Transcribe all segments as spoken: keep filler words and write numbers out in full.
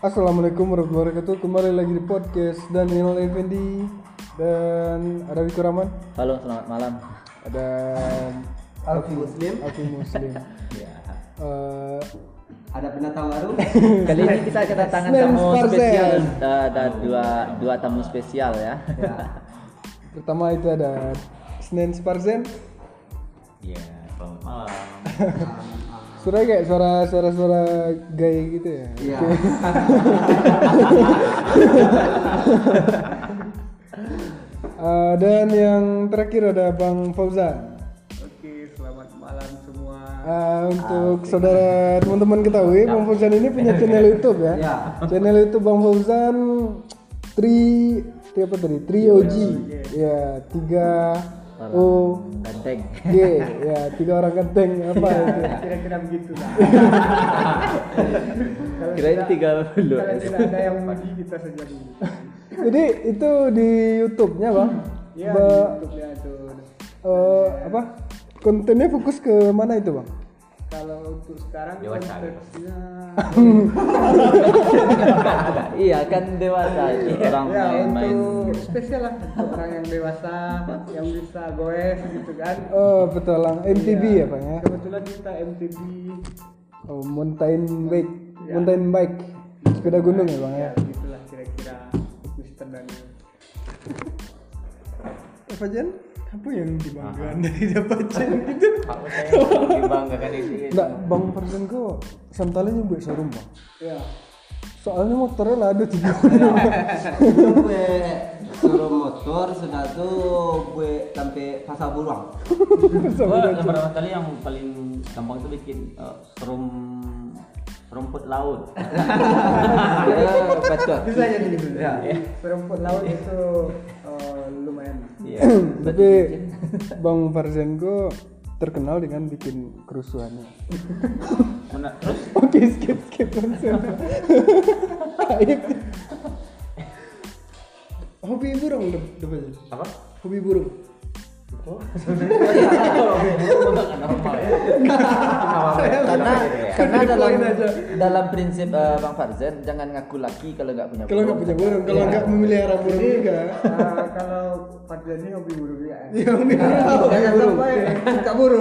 Assalamualaikum warahmatullahi wabarakatuh. Kembali lagi di podcast Daniel Effendi dan ada Wiko Rahman. Halo, selamat malam. Ada Alfi Muslim. Alfi Muslim. Ya. Eh, Ada pendatang baru. Kali ini kita kedatangan Snail tamu Sparzen. spesial. Ada, ada dua dua tamu spesial ya. Ya. pertama itu ada Snail Sparzen. Iya, selamat malam. Suara kayak suara suara suara gay gitu ya. Iya. Eh, dan yang terakhir ada Bang Fauzan. Oke, selamat malam semua. Eh, untuk saudara teman-teman ketahui, Bang Fauzan ini punya channel YouTube ya. Ya. Channel YouTube Bang Fauzan Tri Tri apa tadi? Tri O G. Ya, tiga O Ganteng. G. Ya, tiga orang ganteng apa itu? Kira-kira begitu lah. Kirain tiga dulu. Kalau tidak ada yang pagi kita saja dulu. Jadi itu di YouTube-nya, Bang. Iya, Ba- di YouTube-nya tuh. eh, apa? Kontennya fokus ke mana itu, Bang? Kalau untuk sekarang Dewasa. konteksnya Iya kan dewasa ini orang ya main-main. untuk spesial lah untuk orang yang dewasa yang bisa goes gitu kan. Oh, betul lang M T B ya, Bang ya. Kebetulan kita M T B Oh, mountain bike. Ya. Mountain bike. Sepeda gunung ya, Bang ya. ya gitulah kira-kira Mister Daniel. Apa Jan? Apa yang dibanggakan dari dapat Jan gitu? Apa saya dibanggakan ini? Enggak, Bang Farzan kok samtalnya buat showroom, Bang. Ya. Soalnya motornya lah ada tiga. Itu gue suruh motor sudah tuh gue sampai pasar buruang. Gua beberapa kali yang paling gampang itu bikin eh, serum rumput laut. Ya, betul. Bisa jadi gitu. Ya. Serumput laut itu eh, lumayan. Iya. Tapi Bang Farzan kok terkenal dengan bikin kerusuhannya. Mana terus Oke, skip skip langsung. Aib. Hobi burung de- depan. apa? Hobi burung. karena karena dalam dalam prinsip eh, Bang Farzan jangan ngaku laki kalau nggak punya Kalau nggak punya burung, kalau Iya. nggak memelihara burung juga. Eh, kalau Fadlan ini hobi burung ya. Ya, hobi burung. Jangan sampai suka burung.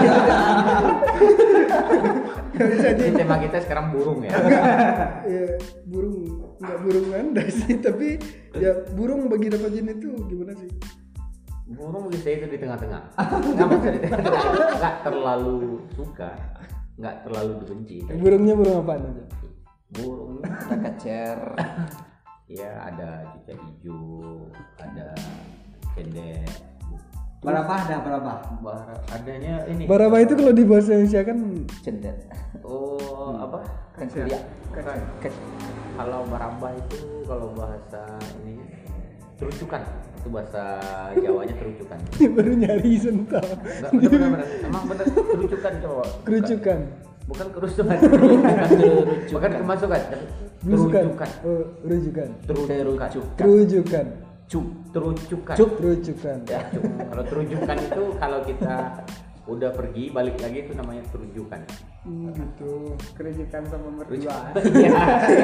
Bisa aja. Ini tema kita sekarang burung ya. Ya, burung nggak burung Anda sih, tapi ya burung bagi dapat jenis itu gimana sih? Burung bisa itu di tengah-tengah. Nggak maksudnya di tengah-tengah. Nggak terlalu suka, nggak terlalu dibenci. Burungnya burung apaan aja? Burung ada kacer, ya ada cicak hijau, ada cendek, Berapa ada berapa? bara, adanya ini. Baraba itu kalau di bahasa Indonesia kan Cendek. Oh, apa? Kengkuliak. Kalau baraba itu kalau bahasa ini terucukan. Itu bahasa Jawanya terucukan. baru nyari sental. Enggak benar-benar. Emang benar terucukan coba. Kerucukan. Bukan kerusuhan. Bukan terucukan. Bukan kemasukan. Belusukan. Terucukan. Oh, rujukan. Terucukan. Terujukan. Cuk, terucukan. Cuk, terujukan. Ya, cuk. Kalau terujukan itu kalau kita udah pergi balik lagi itu namanya terujukan. Hmm, gitu. Kerujukan sama mertua. Iya.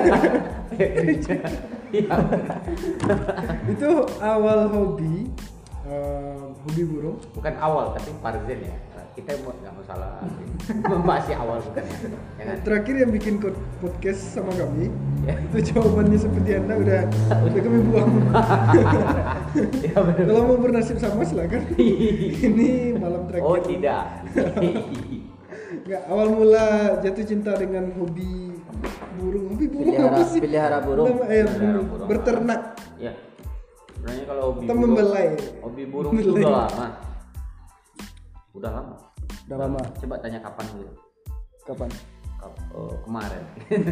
Iya. Itu awal hobi eh, hobi burung. Bukan awal tapi Farzan ya. Kita mau nggak masalah masih awal bukan ya. Jangan. Terakhir yang bikin ko- podcast sama kami, Ya. itu jawabannya seperti Anda udah udah kami buang. Ya, benar. Kalau mau bernasib sama silakan. Ini malam terakhir. Oh tidak. Nggak, awal mula jatuh cinta dengan hobi burung. Hobi burung Pelihara- apa sih? pelihara burung. Nama- eh, Pelihara burung. burung. Berternak. Ya. Sebenarnya kalau hobi Kita burung, membelai. hobi burung itu udah lama. Udah lama. Udah lama. Coba tanya kapan dulu. Kapan? Kap- oh, kemarin.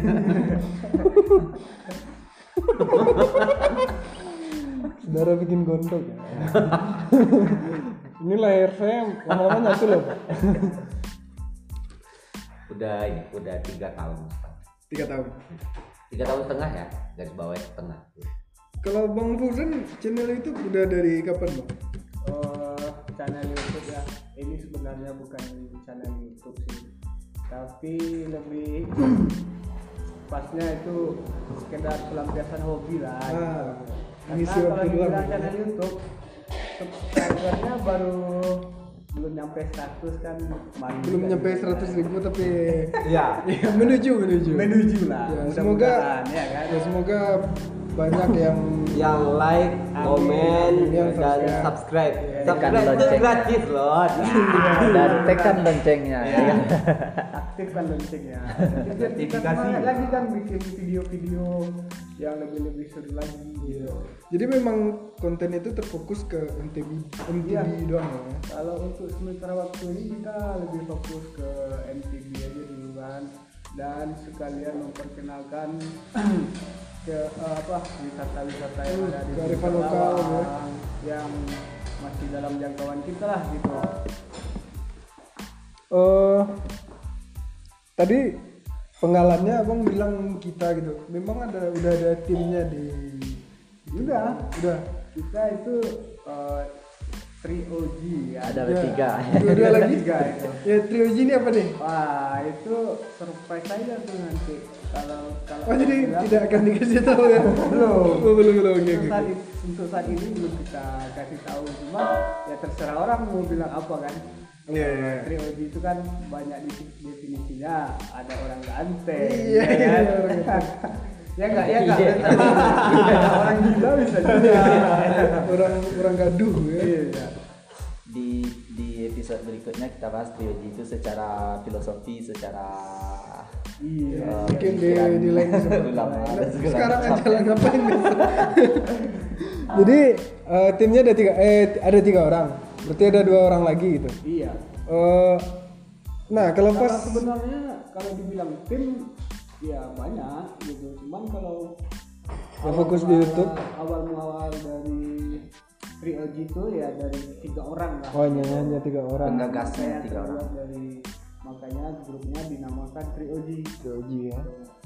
Saudara bikin gondok ya. Ini layar saya lama-lama nyatu loh, Pak. Udah ini, udah tiga tahun. Tiga tahun. Tiga tahun setengah ya, garis bawah setengah. Kalau Bang Fauzan channel itu udah dari kapan, Bang? Oh, channel YouTube ya. Ini sebenarnya bukan channel YouTube sih, tapi lebih pasnya itu sekedar pelampiasan hobi lah. Ah, gitu. ngisi Karena waktu kalau luang. dibilang channel YouTube subscribernya baru belum nyampe seratus kan kemarin Belum juga nyampe gitu. seratus ribu tapi Iya. ya, menuju menuju. menuju lah. Ya, mudah-mudahan, semoga ya kan. ya, semoga banyak yang Yang like, komen, Yang dan subscribe. subscribe. Ya, Subscribe tekan itu lonceng. gratis loh. Dan tekan loncengnya. Iya. ya kan? Aktifkan loncengnya. Jadi biar kita Notifikasi. semangat lagi kan bikin video-video yang lebih-lebih seru lagi gitu. jadi memang konten itu terfokus ke M T B M T B Iya. doang ya. Kalau untuk sementara waktu ini kita lebih fokus ke M T V aja dulu kan, dan sekalian memperkenalkan ke eh, apa wisata-wisata yang ada di kearifan Pulau lokal, Lawang yang masih dalam jangkauan kita lah gitu. Eh tadi penggalannya abang bilang kita gitu. Memang ada udah ada timnya di Udah, udah. kita itu eh, trio G ya. Ada Ya. bertiga. Dua-dua lagi. Tiga itu. Ya trio G ini apa nih? Wah itu surprise aja tuh nanti kalau kalau Oh jadi bilang- tidak akan dikasih tahu ya? Belum. Oh, belum belum oke Untuk oke. saat, i- untuk saat ini belum kita kasih tahu, cuma ya terserah orang mau bilang apa kan. Iya iya. Trio G itu kan banyak di- definisinya, ada orang ganteng, Iya, ya iya, kan? orang ya enggak, ya enggak. Iya. Ada orang gila bisa juga. Orang orang gaduh ya. Iya. Di di episode berikutnya kita bahas trio G itu secara filosofi, secara Iya. eh, Mungkin di pemikiran di lain kesempatan. ulama dan segala Sekarang macam. aja lah ngapain besok. Jadi eh, timnya ada tiga eh ada tiga orang. Berarti ada dua orang lagi gitu. Iya. Eh, nah kalau Kalau pas sebenarnya kalau dibilang tim ya banyak gitu, cuman kalau Ya, fokus di awal- YouTube. awal muawal dari Trio G itu ya dari tiga orang lah. oh hanya hanya tiga orang. Penggagasnya Makanya tiga orang. terbuat dari makanya grupnya dinamakan Trio G. Trio G ya.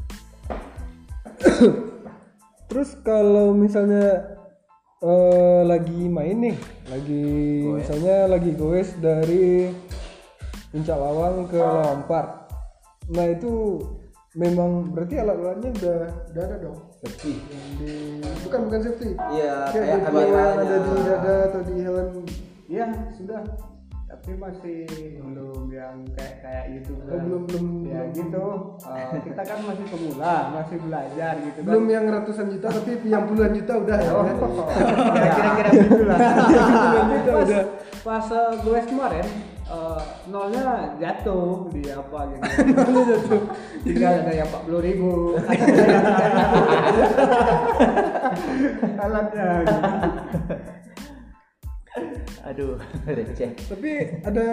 Terus kalau misalnya eh, lagi main nih, lagi misalnya lagi goes dari Puncak Lawang ke Lawang Park. Nah itu memang berarti alat-alatnya udah udah ada dong. Safety. Yang di bukan bukan safety. Iya, Kayak kayak GoPro yang kameranya. ada di dada atau di helm. Iya sudah, tapi masih belum yang kayak kayak YouTuber. Oh, belum belum Ya gitu. Eh, kita kan masih pemula, masih belajar gitu kan. belum yang ratusan juta tapi yang puluhan juta udah ya. Oh, kan? ya kira-kira gitu lah. Puluhan juta pas udah. pas uh, gue kemarin uh, nolnya jatuh di apa gitu. Nolnya jatuh. Tinggal ada yang empat puluh ribu. Alatnya. Gitu. Aduh, receh. Tapi ada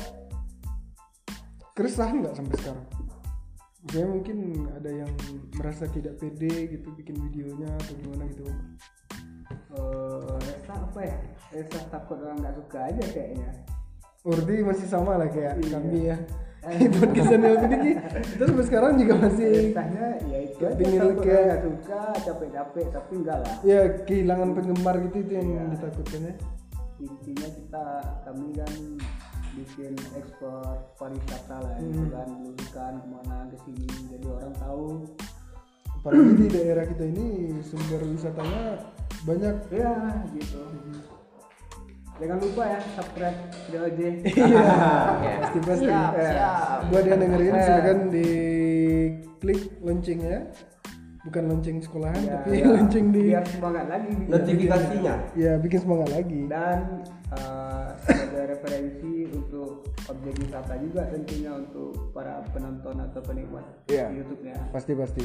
keresahan nggak sampai sekarang? Maksudnya mungkin ada yang merasa tidak pede gitu bikin videonya atau gimana gitu. Uh, rasa apa ya? Rasa takut orang nggak suka aja kayaknya. Urdi masih sama lah kayak Iya. kami ya. Podcast channel ini kita sampai sekarang juga masih Rasanya ya itu kayak aja, pingin takut kayak- orang nggak suka, capek-capek tapi enggak lah. ya kehilangan penggemar gitu itu yang Iya. ditakutkan ya. Intinya kita kami kan bikin ekspor pariwisata lah gitu Hmm. kan, belusukan kemana ke sini jadi orang tahu. Apalagi di daerah kita ini sumber wisatanya banyak. Ya gitu. Jangan lupa ya subscribe Trio J. Iya. Pasti pasti. Siap, Eh, siap. Buat yang dengerin Eh. silakan di klik loncengnya. Bukan lonceng sekolahan Ya, tapi ya. lonceng di Biar semangat lagi bikin. Notifikasinya. ya bikin semangat lagi. Dan uh, sebagai referensi untuk objek wisata juga tentunya untuk para penonton atau penikmat Iya. YouTube-nya. Pasti pasti.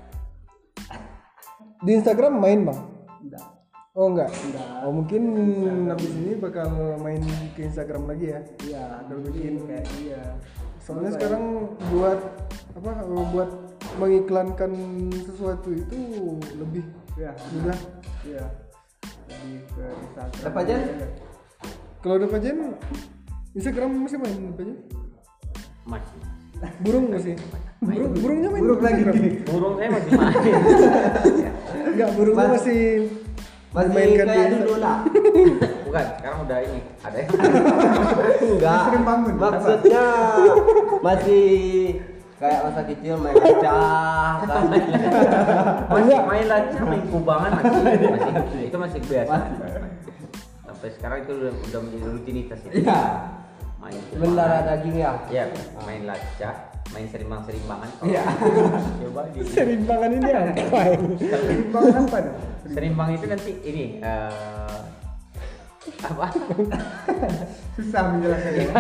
Di Instagram main bang? Enggak. Oh enggak. Enggak. Oh mungkin habis ini bakal main ke Instagram lagi ya. Iya, Udah bikin bikin. kayak iya. Soalnya Apa ya? sekarang buat apa? Buat mengiklankan sesuatu itu lebih ya mudah. iya. Lebih ke Instagram. Apa aja? Kalau udah Pajen Instagram masih main Pajen? Masih. Burung masih. Burung burungnya main Burung lagi. Instagram? Burung saya masih main. Enggak, burungnya Mas- masih Masih dimainkan di kayak Insta- dulu lah. Bukan, sekarang udah ini. Ada yang Enggak. Sering bangun. Maksudnya masih Kayak masa kecil main lacak kan. Masih main lacak, main kubangan masih, masih itu masih biasa. Sampai sekarang itu udah, udah menjadi rutinitas ya. Iya. Main Bendara daging ya. Ya, main lacak, main serimbang-serimbangan. Iya. Coba di Serimbangan ini apa? Seimbang apa dong? serimbang itu nanti ini eh, apa? Susah menjelaskannya. Ya,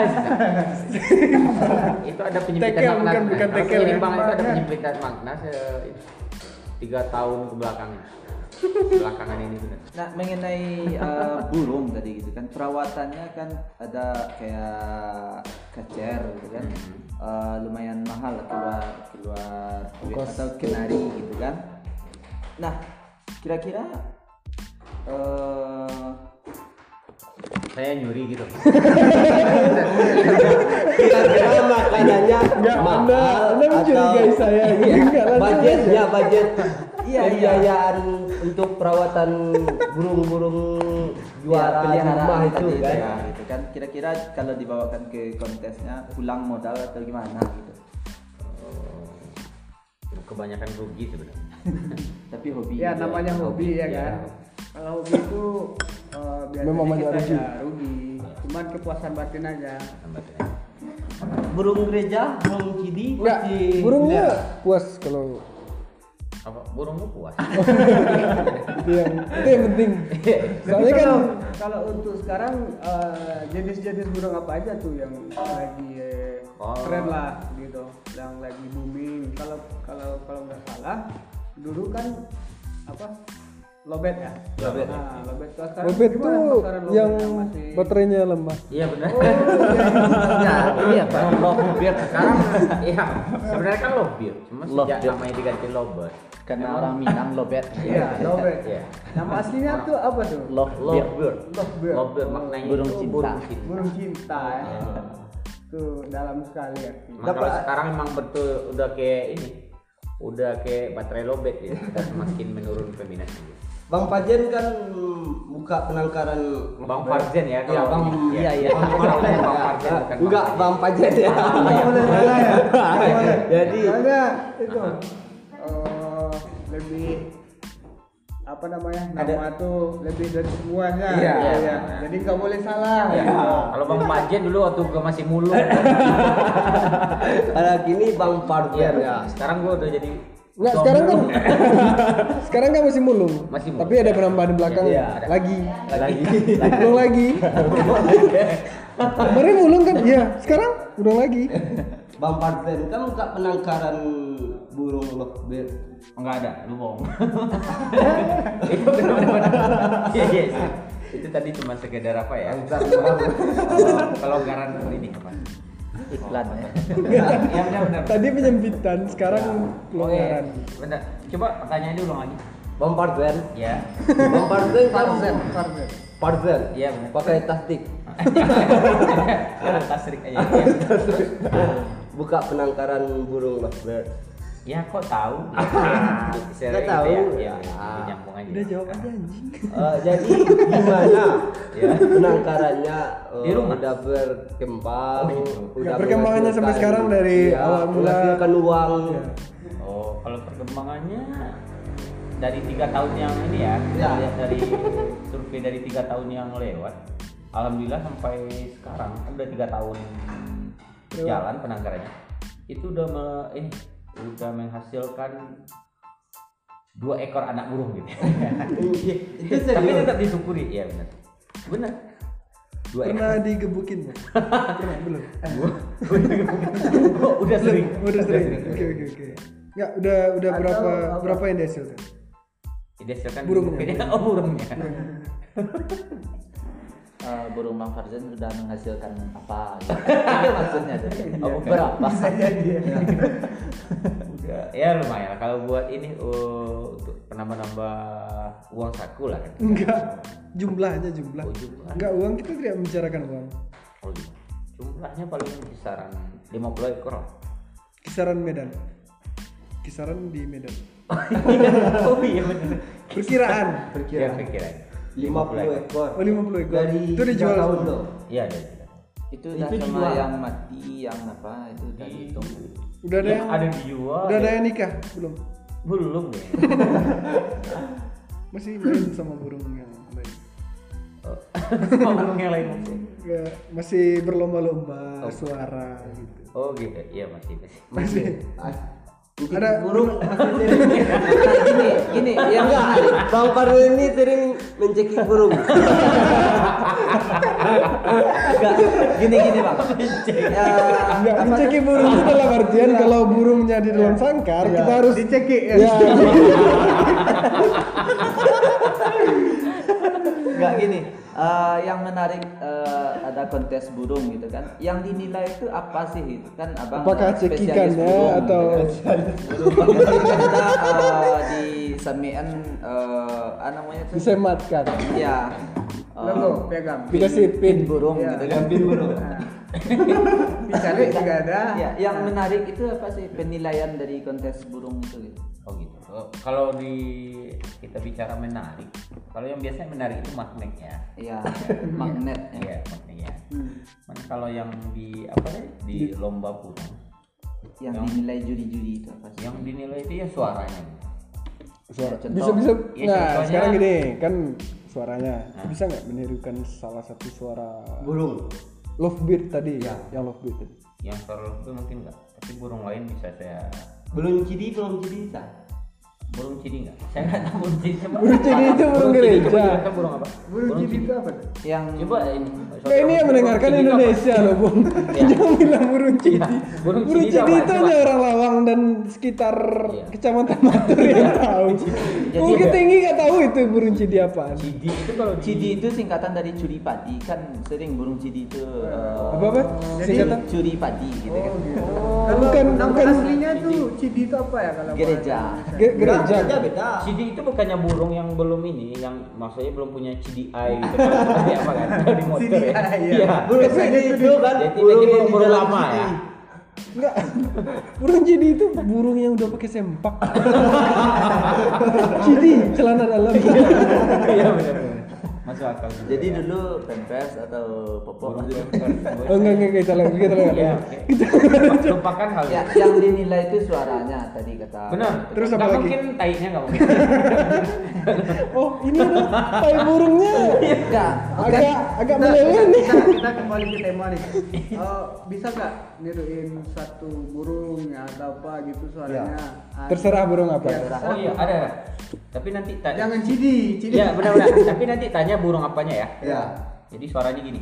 itu ada penyempitan Tekel, makna. bukan- bukan Kalau tekel ya. serimbang itu ada Makna. penyempitan makna se- tiga tahun ke belakangnya. Belakangan ini benar. Nah, mengenai uh, burung tadi gitu kan, perawatannya kan ada kayak kacer gitu kan, uh, lumayan mahal lah, keluar keluar duit Kos. atau kenari gitu kan. Nah, kira-kira uh, Saya nyuri gitu. Kira-kira makanannya Enggak, mahal Anda- Anda mencurigai atau- saya. Iya, Enggak, langsung budgetnya budget Iya, iya. pembiayaan untuk perawatan burung-burung juara di rumah itu tadi kan. ya, gitu kan. Kira-kira kalau dibawakan ke kontesnya pulang modal atau gimana gitu. Kebanyakan rugi sebenarnya. Tapi hobi. Ya gitu namanya hobi ya Ya. kan. Kalau hobi itu eh, biasanya Memang banyak kita rugi. ya rugi. Cuman kepuasan batin aja. Tambahnya. Burung gereja, burung cidi Enggak, masih burungnya dilihat. puas kalau Apa burungmu puas? itu yang itu yang penting. Soalnya Tapi kan kalau, kalau untuk sekarang eh, jenis-jenis burung apa aja tuh yang lagi eh, Oh. keren lah gitu, yang lagi booming. Kalau kalau kalau nggak salah dulu kan apa lobet ya? Lobet. Nah, lobet. Kalau sekarang Lobet gimana tuh pasaran lobet yang masih- baterainya lemah. Iya benar. Nah, ini apa? Lovebird sekarang iya sebenarnya kan lovebird cuma sejak Lovebird. namanya diganti lovebird Karena orang Minang lobet. Iya, lobet. Iya. Nama aslinya tuh apa tuh? Lovebird. Lovebird Lovebird. lovebird maknanya Burung itu cinta. burung cinta. Burung cinta ya. Tuh dalam sekali ya. Emang kalau sekarang emang betul udah kayak ini udah kayak baterai lobet ya kita semakin menurun peminatnya. Bang Pajen kan buka penangkaran Bang Farzen ya Iya, Bang. Iya, iya. Bang Farzen Bang Farzen bukan Bang Enggak, Farzen. Bang Pajen ya. Nggak boleh salah ya. Nggak boleh. Jadi Soalnya itu eh, lebih apa namanya nama tuh lebih dari semuanya. Iya. Iya. Jadi nggak boleh salah. Ya, gitu. kalau Bang Farzen dulu waktu gua masih mulu ada gini Bang Pajen Iya, ya. sekarang gua udah jadi Enggak, ketua sekarang kan mulu. sekarang kan masih mulung. Masih mulung. Tapi ada penambahan di belakang Iya, ada. lagi. lagi Mulung lagi. Kemarin mulung kan? Iya, sekarang mulung lagi. Bang Pajen kan buka penangkaran burung lovebird. enggak ada lu bohong. Itu benar-benar iya iya iya. Itu tadi cuma sekedar apa ya? Oh, kelonggaran ini apa? Iklan ya. Iya benar-benar. Tadi penyempitan, sekarang pelonggaran. Benar. Coba pertanyaannya ulang lagi. Bang Pajen. Ya. Bang Pajen kan Farzen, Farzen. Pajen. Iya benar. Pakai tasdik. Karena tasrik aja. Iya. Buka penangkaran burung lovebird. Ya kok tahu? Share Nggak itu tahu. Ya, ya, Ah. nyambung aja. Udah jawab aja anjing. Eh, jadi gimana Ya. penangkarannya eh, Di rumah? udah berkembang, Oh, gitu. udah Perkembangannya sampai menghasilkan- sekarang dari iya, awal mula. menghasilkan uang. Iya. Oh, kalau perkembangannya dari tiga tahun yang ini ya, kita Ya. lihat dari survei dari tiga tahun yang lewat, alhamdulillah sampai sekarang kan udah tiga tahun berjalan penangkarannya, itu udah me- ini udah menghasilkan dua ekor anak burung gitu. Itu Tapi serius. tetap disyukuri, ya benar, benar. Dua ekor. Pernah digebukin Bang? Pernah belum? Oh, udah sering. Belum, udah sering. Oke oke oke. Enggak, udah udah Atau berapa apa? berapa yang dihasilkan? Dihasilkan Burungnya. Oh burungnya. Eh, burung Bang Farzen sudah menghasilkan apa? Gitu. Itu maksudnya tuh. Oh, berapa? Ya, ya lumayan lah. Kalau buat ini uh, untuk penambah-nambah uang saku lah kan. Enggak. Jumlahnya jumlah. Oh, jumlah. Enggak, uang kita tidak membicarakan uang. Oh, iya. Jumlahnya paling kisaran lima puluh ekor lah. Kisaran Medan. Kisaran di Medan. Oh iya benar. Perkiraan. Perkiraan. Ya, perkiraan. lima puluh ekor. Oh lima puluh ekor. Dari Itu dijual tiga tahun semua. loh. Iya ada. ada. Itu udah Itu sama dijual. yang mati, yang apa itu udah dihitung. Udah ada Ya, yang ada dijual. udah ada ya. yang nikah belum? Belum deh. Masih main sama burung yang lain? Sama burung yang lain masih. Nggak, masih berlomba-lomba Oh. suara gitu. Oh gitu, iya masih masih. Masih. Ada Ada burung. Nah, gini, gini, yang menarik. Bang Parul ini sering mencekik burung. Enggak, gini gini bang. Ya, Enggak, mencekik burung itu dalam artian kalau burungnya di dalam sangkar kita harus Dicekik ya. ya. Enggak gini. Eh, yang menarik eh, ada kontes burung gitu kan. Yang dinilai itu apa sih itu kan abang? Apakah eh, spesialis cekikannya burung, atau gitu kan. Burung kan ada eh, di samian eh apa namanya tuh? disematkan? Ya. eh, Logo piagam. Dikasih pin. burung Iya. gitu kan. Pin burung. Dicari juga ada. Ya, yang menarik itu apa sih penilaian dari kontes burung itu gitu? Oh gitu. Oh, kalau di kita bicara menarik, kalau yang biasanya menarik itu magnetnya. Iya, magnet. Ya. Iya, magnetnya. Hmm. Cuman kalau yang di apa ya di lomba burung, Yang Yang- dinilai juri-juri itu apa sih? yang dinilai itu ya suaranya. Suara. Ya, contoh. Bisa bisa. Ya, Nah, contohnya- sekarang gini kan suaranya. Nah. Bisa nggak menirukan salah satu suara Burung. lovebird tadi ya? Yang lovebird tadi. Yang suara itu mungkin enggak, tapi burung lain bisa saya. Belum cidi, belum cidi bisa. Burung cidi enggak? Saya nggak tahu burung cidi. Coba. Burung cidi itu burung cidi, gereja. coba jelaskan burung apa? Burung cidi itu apa tuh? Yang Coba ini. Kayak ini yang mendengarkan Burung cidi itu apa? Indonesia loh, Bung. Iya. Jangan bilang burung cidi. Iya, burung Burung cidi cidi itu apa? itu Coba. hanya orang Lawang dan sekitar Iya. kecamatan Matur yang tahu. Jadi Bukit ada- Tinggi nggak tahu itu burung cidi apaan. Cidi itu kalau di- cidi itu singkatan dari curi padi kan sering burung cidi itu eh, Apa apa? Jadi- Singkatan? curi padi gitu kan. Oh, Kalau bukan nama bukan aslinya tuh cidi itu apa ya kalau Gereja. bahasa ge- gereja. Beda, beda. Cidi itu bukannya burung yang belum ini, yang maksudnya belum punya cidi eye gitu kan? Seperti apa kan? Kalau di motor C D I, ya. iya. Burung cidi itu kan Jadi burung jadi yang di burung dalam lama cidi. ya. Enggak. Burung cidi itu burung yang udah pakai sempak. Cidi celana dalam. Iya benar. Masuk akal. juga. Jadi dulu pempes atau popok burung gitu. pempers. Oh enggak enggak kita lagi kita lagi. Iya, oke. Lupakan hal Ya, itu. yang dinilai itu suaranya tadi kata. Benar. Terus apa Nggak lagi? mungkin tainya nggak mungkin. Oh, ini ada tai burungnya. Enggak, bukan. Agak agak Kita, meleleh nih. kita, kita kembali ke tema nih. Eh, bisa nggak niruin satu burung ya, atau apa gitu suaranya? Ah, Terserah burung apa. ya, terserah Oh iya burung ada. apa. ada. Tapi nanti tanya. Jangan cidi, cidi. Iya benar-benar. Tapi nanti tanya burung apanya ya. Ya. Jadi suaranya gini.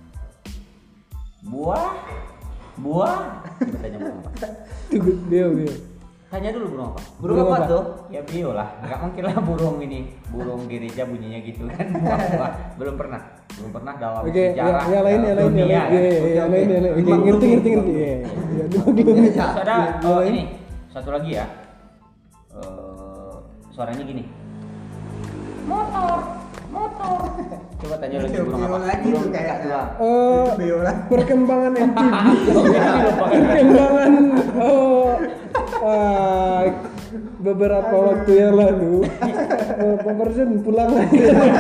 Buah, buah. Coba tanya burung apa? Tunggu, Bio, Bio. Tanya dulu burung apa? Burung Burung apa apa? tuh? Ya bio lah. Nggak mungkin lah burung ini. Burung gereja bunyinya gitu kan. Buah, buah. Belum pernah. Belum pernah dalam Oke, ya, sejarah yang lain, yang lain, yang dunia, lain, kan? Iya, iya, yang lain, yang lain. Oke, ngerti, ngerti, ngerti. Iya, iya, dulu, dulu. Gereja. Terus ada Yang oh, lain. ini satu lagi ya. Eh, suaranya gini. Motor, motor. Coba tanya lagi Beo burung apa? lagi Burung tuh kakak tua. kayaknya. Eh, Itu beo lah. perkembangan M T V, perkembangan oh, ah, beberapa waktu yang lalu, eh, Pak Presiden pulang lagi.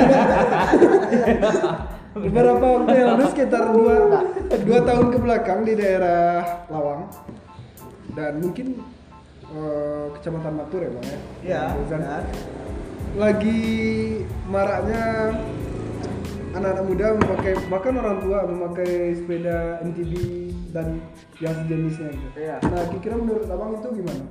Beberapa waktu yang lalu sekitar dua, dua tahun ke belakang di daerah Lawang dan mungkin eh, kecamatan Matur ya bang ya. Iya, Dan benar. lagi maraknya anak-anak muda memakai, bahkan orang tua memakai sepeda M T B dan yang sejenisnya gitu. Iya. Nah, kira-kira menurut abang itu gimana?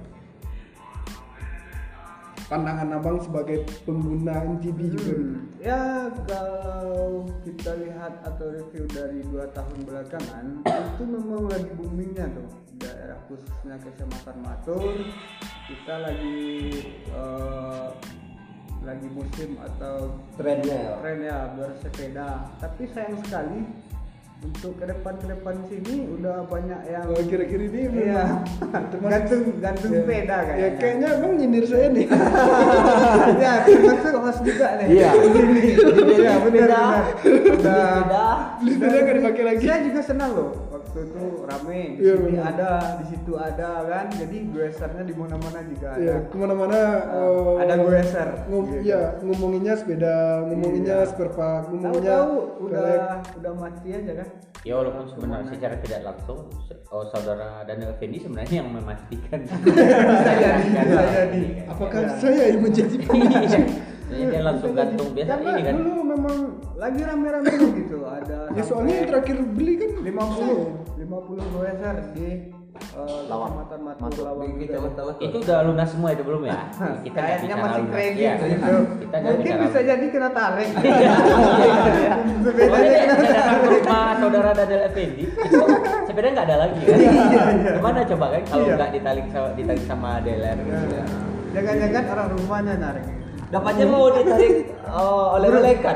Pandangan abang sebagai pengguna M T B juga gitu. Hmm, ya kalau kita lihat atau review dari dua tahun belakangan itu memang lagi boomingnya tuh daerah khususnya kecamatan Matur kita lagi eh, lagi musim atau Trennya ya. tren ya bersepeda, tapi sayang sekali untuk ke depan ke depan sini udah banyak yang Oh, kira-kira ini iya memang termasuk- gantung gantung Ya. sepeda Ya kayaknya. kayaknya abang nyindir saya nih. Ya termasuk host juga nih. Iya. Ini. Iya benar benar. Udah. Udah. Listernya nggak dipakai lagi. Saya juga senang loh waktu itu rame di Iya, sini benar. ada, di situ ada kan. Jadi goesernya di mana-mana juga ada. Ya, kemana-mana Ah, eh, ada goeser, ngom- gitu. ya ngomonginnya sepeda, ngomonginnya Iya. spare part, ngomonginnya Tahu-tahu udah kelek. udah mati aja kan. Ya walaupun sebenarnya secara tidak langsung oh, saudara Daniel Effendi sebenarnya yang memastikan. Bisa jadi, bisa jadi. Apakah saya yang menjadi Iya. Jadi dia langsung gantung biasa Karena ini kan. dulu memang lagi rame-rame gitu ada ya soalnya yang terakhir beli kan lima puluh lima puluh goeser di uh, Lawang. Kecamatan Matu Matu. Lawang Di juga. kecamatan Itu udah lunas semua itu belum ya? Kita nggak Kayaknya bicara masih lunas. kredit Iya, gitu. Kita nggak Mungkin bicara bisa lunas. jadi kena tarik. Sepeda datang ke rumah saudara Daniel Effendi, itu sepeda nggak ada lagi kan? Gimana coba kan kalau Iya. nggak ditarik sama ditarik sama dealer gitu ya? Jangan-jangan orang rumahnya narik. Dapatnya mau ditarik oh, oleh malaikat.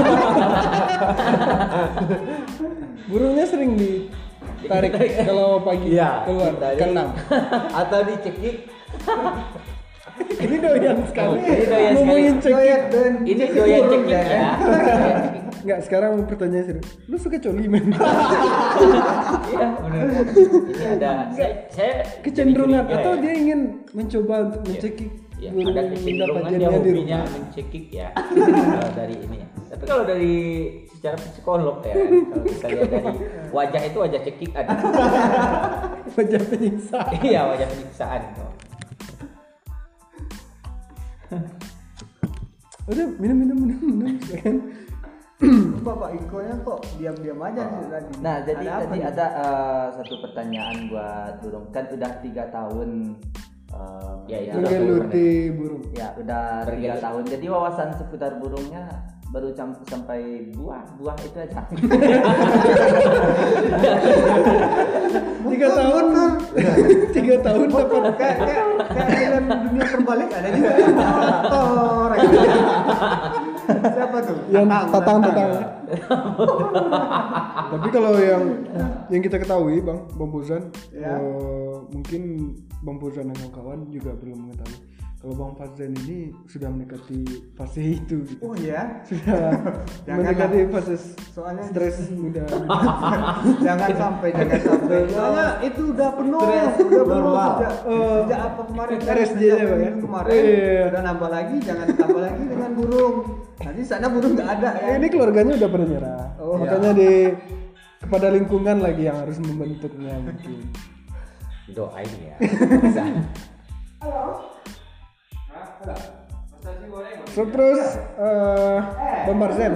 burungnya sering ditarik kalau pagi Iya, keluar ditarik. ke enam. Atau dicekik. Ini doyan sekali. Ini doyan Ngomongin sekali. cekik. Doyan, doyan. Ini doyan cekik ya. Enggak, sekarang pertanyaan serius. Lu suka coli men? Iya benar. Ini ada saya, saya Kecenderungan jadi curiga atau ya. dia ingin mencoba untuk mencekik Ya, burung ada dapat kecenderungan dia jadinya di hobinya rumah. mencekik ya. Kalau dari ini ya. Tapi kalau dari secara psikolog ya, kalau kita lihat dari wajah itu wajah cekik ada. Wajah penyiksa. Iya wajah penyiksaan. Udah minum minum minum minum kan. Bapak Iko nya kok diam-diam aja sih tadi. Nah, jadi Ada apa tadi nih? ada eh, satu pertanyaan buat burung. Kan udah tiga tahun eh, Ya, itu yang- udah Menggeluti burung. ya udah tiga Bergelut. tahun. Jadi wawasan seputar burungnya baru cam- sampai buah, buah itu aja. Tiga tahun, tiga tahun dapat kayak kayak kayak film dunia terbalik ada juga yang motor gitu. Siapa tuh? yang tatang tatang. Tapi kalau yang yang kita ketahui bang, Bang Bozan, Ya. eh, mungkin Bang Bozan dan kawan-kawan juga belum mengetahui kalau Bang Fazlen ini sudah mendekati fase itu. Gitu. Oh iya. Sudah Janganlah. mendekati fase Soalnya stres muda. jangan sampai jangan sampai. Soalnya itu udah penuh, Stres udah penuh normal. sejak, Oh. sejak apa kemarin? R S J-nya, Sejak Bang, ya? minggu kemarin. Iya. Udah nambah lagi, jangan tambah lagi dengan burung. Nanti sana burung nggak ada ya. Ini keluarganya udah pada nyerah. Oh. Makanya di kepada lingkungan lagi yang harus membentuknya mungkin. Doain ya. Bisa. So terus eh Bang Marzen.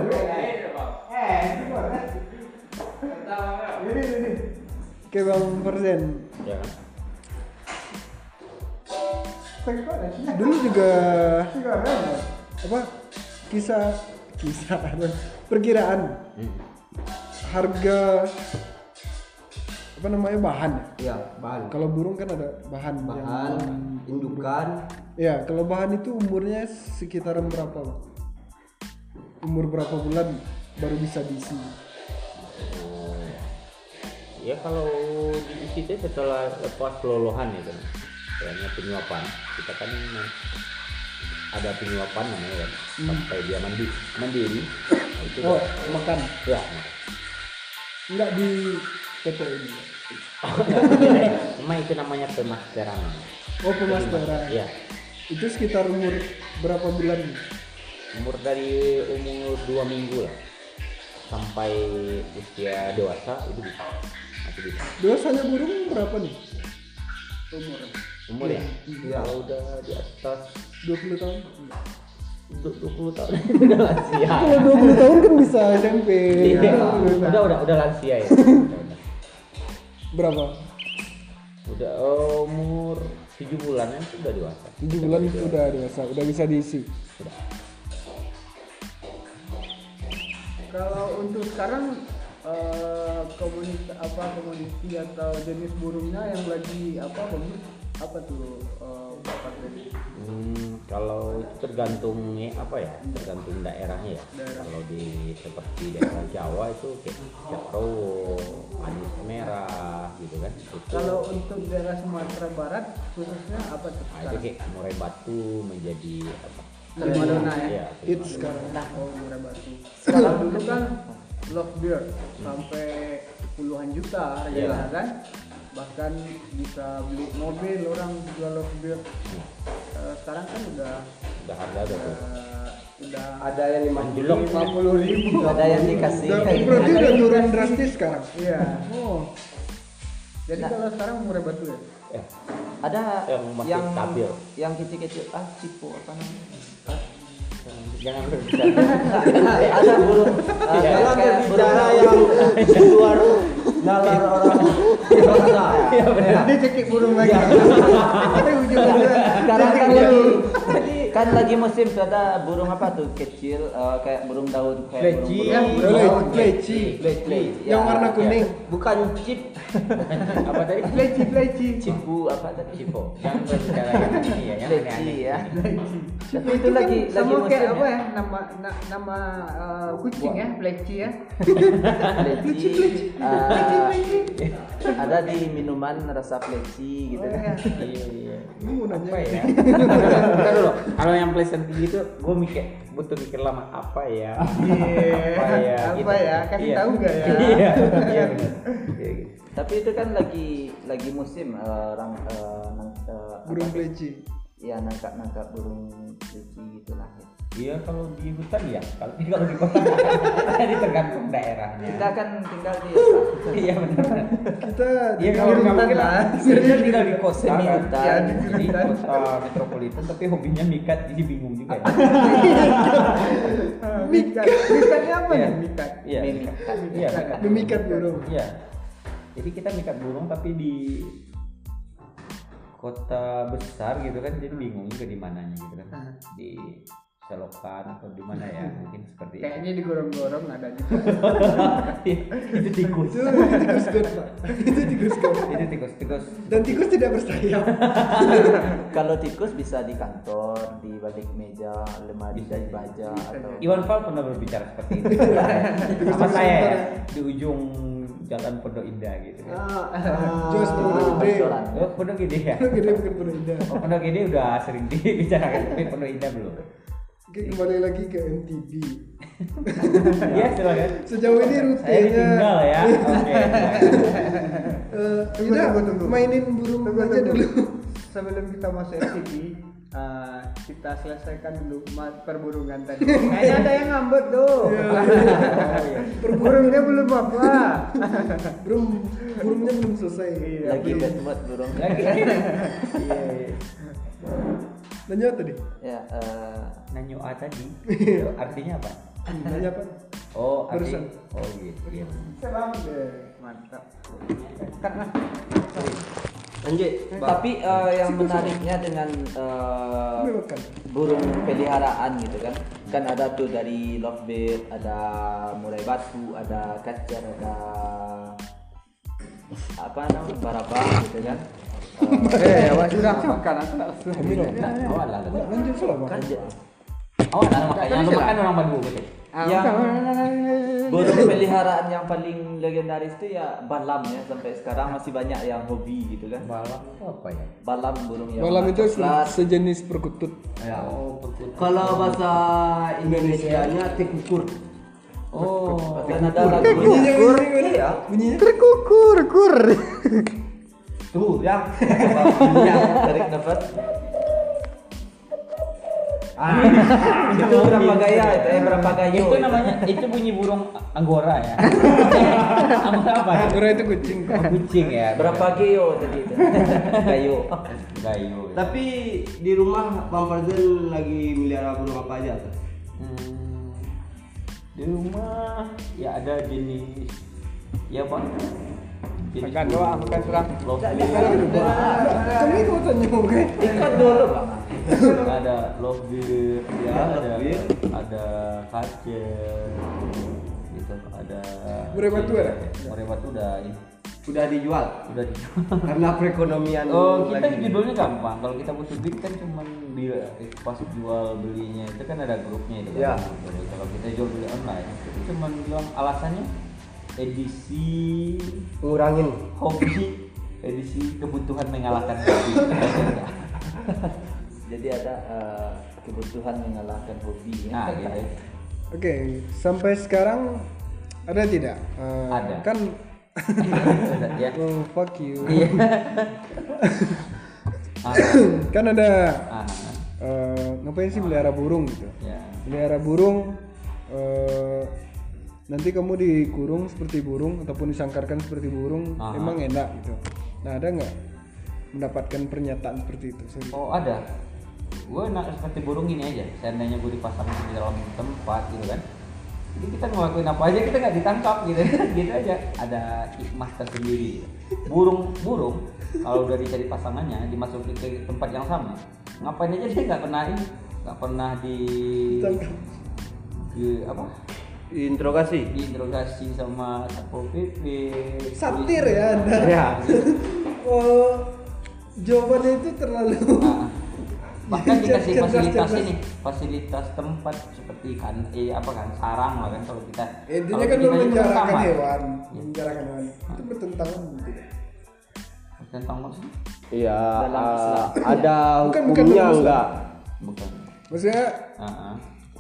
Oke Bang Marzen. Ya. Dulu juga apa kisah kisah perkiraan Hmm. harga apa namanya bahan ya. Iya, bahan. Kalau burung kan ada bahan, Bahan, yang indukan. ya kalau bahan itu umurnya sekitaran berapa Bang? Umur berapa bulan baru bisa diisi? Ya kalau di situ setelah lepas pelolohan ya kan, kayaknya penyuapan kita kan ada penyuapan namanya kan, sampai dia mandi mandiri, nah, itu Oh udah- makan ya. nggak di P T ini. Cuma itu namanya pemasteran. Oh pemasteran. Iya. Itu sekitar umur berapa bulan? Umur dari umur dua minggu lah sampai usia dewasa itu bisa masih bisa. Biasanya burung berapa nih? Umur. Umur ya? Iya. Kalau udah di atas dua puluh tahun? dua puluh tahun itu udah lansia. Kalau dua puluh tahun kan bisa S M P. Iya. Udah udah udah lansia ya. Udah, udah. Berapa? Udah oh, umur tujuh bulanan itu udah dewasa. tujuh bulan itu udah dewasa, udah bisa diisi. Udah. Kalau untuk sekarang eh, komunitas apa komoditi atau jenis burungnya yang lagi apa bagus apa tuh eh, Bapak Freddy? Hmm, kalau itu tergantung ya, apa ya? Tergantung daerahnya ya. Daerah. Kalau di seperti daerah Jawa itu kayak Cakrowo, Manis Merah gitu kan. Itu, Kalau untuk daerah Sumatera Barat khususnya apa tuh? nah, itu kayak Murai Batu menjadi apa? Primadona ya? Iya, It's primadona. sekarang. Oh, Murai Batu. Kalau dulu kan lovebird sampai puluhan juta harganya Iya. kan. Bahkan bisa beli mobil orang jual lovebird. Eh, sekarang kan udah Udah harga udah tuh. eh, udah Ada yang lima Anjlok. lima puluh ribu. Ada yang dikasih. Udah- berarti udah turun drastis sekarang. Iya. Oh, Jadi Nah. kalau sekarang murah batu ya. Eh, Ada Yang masih yang stabil. yang kecil-kecil ah cipo apa namanya? Ah, jangan berbicara. ada burung uh, Iya. Kalau kayak berbicara burung yang luar nalar orang dewasa. Iya benar. Dia cekik burung lagi. Tapi ujung-ujungnya sekarang kan cekik lagi burung. kan lagi musim tuh ada burung apa tuh kecil uh, kayak burung daun kayak Leci, burung, ya, burung, boleh, daun. leci. leci Yang ya, warna kuning. Bukan chip. Apa tadi? Leci, leci. cipu apa tadi Cipo. Jangan berbicara yang ini ya, yang leci aneh-aneh. ya Leci. tapi itu lagi lagi Sama musim kayak apa ya ya? Nama na- nama eh, kucing ya, leci ya. leci uh, ada di minuman rasa leci gitu Oh, kan iya. Iya iya. Gue mau nanya. Apa ya? Bentar dulu. Kalau yang pleasant gitu, gue mikir butuh mikir lama apa ya? Apa ya? Apa gitu. ya? Kasih Iya. tahu nggak ya? Iya. Iya benar. Iya gitu. tapi itu kan lagi lagi musim eh, orang eh, nang- eh, Burung apa- leci. ya nangkap nangkap burung leci gitulah ya. Iya kalau di hutan ya, kalau di kalau di kota jadi tergantung daerahnya. Kita kan tinggal di Iya benar. Kita Iya di kalau hutan nggak mungkin lah. dia tinggal di kota Semi kan. hutan. Ya, di di kota metropolitan tapi hobinya mikat jadi bingung juga ya. Mikat. Mikatnya apa Iya. nih? Mikat. Iya. Memikat. Iya. mikat. Memikat burung. Iya. Jadi kita mikat burung tapi di kota besar gitu kan jadi bingung juga di mananya gitu kan. Di selokan atau di mana ya mungkin seperti itu. Kayaknya di gorong-gorong ada juga. Itu tikus. Itu tikus god, Pak. Itu tikus god. Itu tikus tikus. Dan tikus tidak bersayap. Kalau tikus bisa di kantor, di balik meja, lemari dan baja atau Iwan Fals pernah berbicara seperti itu sama saya ya, di ujung jalan Pondok Indah gitu kan. Jos Pondok Gede. restoran. Oh, Pondok Gede ya. Pondok Gede bukan Pondok Indah. Oh, Pondok Gede udah sering dibicarakan tapi Pondok Indah belum. Oke, kembali lagi ke M T B. Iya silakan. Sejauh ini Saya rutenya ditinggal ya. Oke. eh Tunggu, udah tunggu, tunggu. mainin burung Tunggu, aja tunggu. dulu. Sebelum kita masuk M T B, eh, kita selesaikan dulu ma- perburungan tadi. Kayaknya ada yang ngambek tuh. Burungnya belum apa. Burung burungnya belum selesai. lagi bad mood burung. Lagi. Iya. iya. Nanya tadi. Ya, eh, Nanyo A tadi itu artinya apa? Nanya apa? Oh, arti. Barusan. Oh gitu. Iya. Selam deh, mantap. Kan Lanjut. tapi eh, yang menariknya dengan eh, Makan. burung peliharaan gitu kan, kan ada tuh dari lovebird, ada murai batu, ada kacer, ada apa namanya barabang gitu kan. eh, awak sudah makan aku tak usah. Oh, alah, alah. Lanjut selama. Lanjut. Oh, alah, makanya lu makan orang Bandung gitu. Yang burung peliharaan yang paling legendaris itu ya balam ya, sampai sekarang masih banyak yang hobi gitu kan. Balam itu apa ya? Balam burung yang Malam warna itu coklat. sejenis perkutut. Ya. Oh, betul. Kalau bahasa Indonesianya tikukur. Oh, Dan ada lagu Bunyinya kur, bunyinya iya. bunyinya. Terkukur, kur. Tuh, yang yang tarik nafas. Ah, itu berapa gaya itu? Eh, berapa gaya? itu namanya itu bunyi burung anggora ya. Anggora apa? Angora itu kucing. Oh, kucing ya. Berapa geo tadi itu? Gayo. Gayo. Tapi di rumah Bang Farzan lagi melihara burung apa aja? Hmm, di rumah ya ada jenis ya Pak. Jenis Makan doang, makan serang. Lovebird, Kami kau tanya oke. Ikat dulu, Bang. ada lovebird, ya, Ya, ada lovebird. ada kacer, gitu, ada. Murai batu ada? Murai batu udah ini, Udah dijual udah dijual. karena perekonomian Oh, kita lagi. judulnya gampang. Kalau kita butuh duit kan cuman di pas jual belinya itu kan ada grupnya itu Ya. kan. Kalau kita jual beli online, itu cuman bilang alasannya edisi ngurangin. hobi, edisi kebutuhan mengalahkan hobi. Jadi ada eh, kebutuhan mengalahkan hobi ya. Nah, gitu. Oke, sampai sekarang ada tidak? Eh, Ada. Kan ya. oh, fuck you. Iya. Ah, Kan ada ah, eh, ngapain sih melihara burung gitu. Ya. Melihara burung eh, nanti kamu dikurung seperti burung ataupun disangkarkan seperti burung, Aha. emang enak gitu. Nah, ada nggak mendapatkan pernyataan seperti itu? Sorry. Oh ada. Gue enak seperti burung gini aja. Seandainya gue dipasang di dalam tempat gitu kan. Jadi kita ngelakuin apa aja kita nggak ditangkap gitu, gitu aja. Ada hikmah tersendiri. Burung burung kalau udah dicari pasangannya dimasukin ke tempat yang sama, ngapain aja dia nggak pernah ini, nggak pernah di Tangkap. di apa? Interogasi. Diinterogasi sama satpol pp. Satir ya Anda. Ya. Oh, jawabannya itu terlalu Nah, bahkan dikasih Cerdas, fasilitas cerdas. ini, fasilitas tempat seperti kan, eh apa kan sarang lah kan kalau kita. intinya kalau kan kita itu memenjarakan sama. hewan, Iya. memenjarakan hewan itu bertentangan tidak? Tentang maksud? Iya, Dalam uh, Islam. ada Bukan, bukan hukumnya dalam Islam. enggak? Bukan. Maksudnya Ah, ah.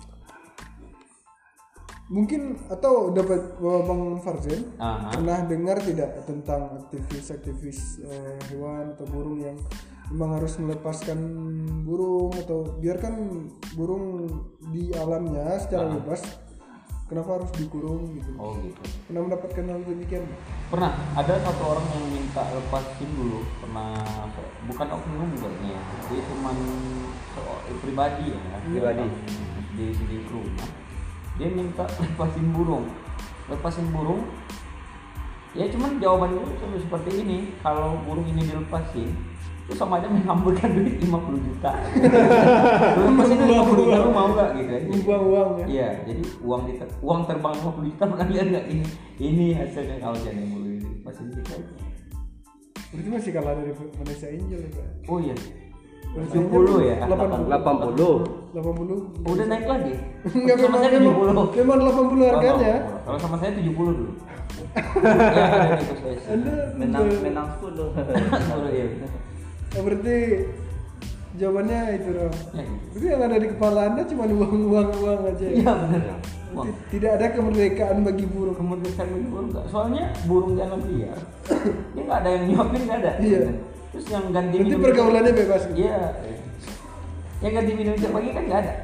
mungkin atau dapat Bang Farzan Ah, ah. pernah dengar tidak tentang aktivis-aktivis eh, hewan atau burung yang memang harus melepaskan burung atau biarkan burung di alamnya secara Ah. bebas, kenapa harus dikurung gitu? Oh gitu. Pernah mendapatkan hal demikian? Pernah ada satu orang yang minta lepasin dulu, pernah bukan oknum kayaknya, dia cuman seorang pribadi ya, Pribadi. di di rumah, dia minta lepasin burung, lepasin burung, ya cuman jawaban gue cuma seperti ini, kalau burung ini dilepasin, itu sama aja mengambilkan duit lima puluh juta. Lu lepasin lima puluh juta, lu mau gak gitu aja? Buang uang ya? Iya, jadi uang di uang terbang lima puluh juta pernah lihat nggak ini? Ini hasilnya kalau jadi bulu ini masih gitu aja. Berarti masih kalah dari Vanessa Angel ya Pak? Oh iya, Vanessa tujuh puluh Angel ya? delapan puluh. delapan puluh. delapan puluh. Udah naik lagi? Enggak, Sama memang saya tujuh memang, puluh. memang delapan puluh harganya. Oh, kalau sama saya tujuh puluh dulu. Ya, ada di kos Anda Menang menjual- menang sepuluh. sepuluh ya. Oh, berarti jawabannya itu dong. Ya, gitu. Berarti yang ada di kepala Anda cuma uang uang uang aja. ya? Iya benar. Wah, T- Tidak ada kemerdekaan bagi burung. kemerdekaan bagi burung nggak? Soalnya burung di alam liar, dia nggak ada yang nyuapin, nggak ada. Iya. Terus yang ganti Nanti minum- pergaulannya bebas. Gitu. Iya. Yang ganti minum tiap pagi kan nggak ada.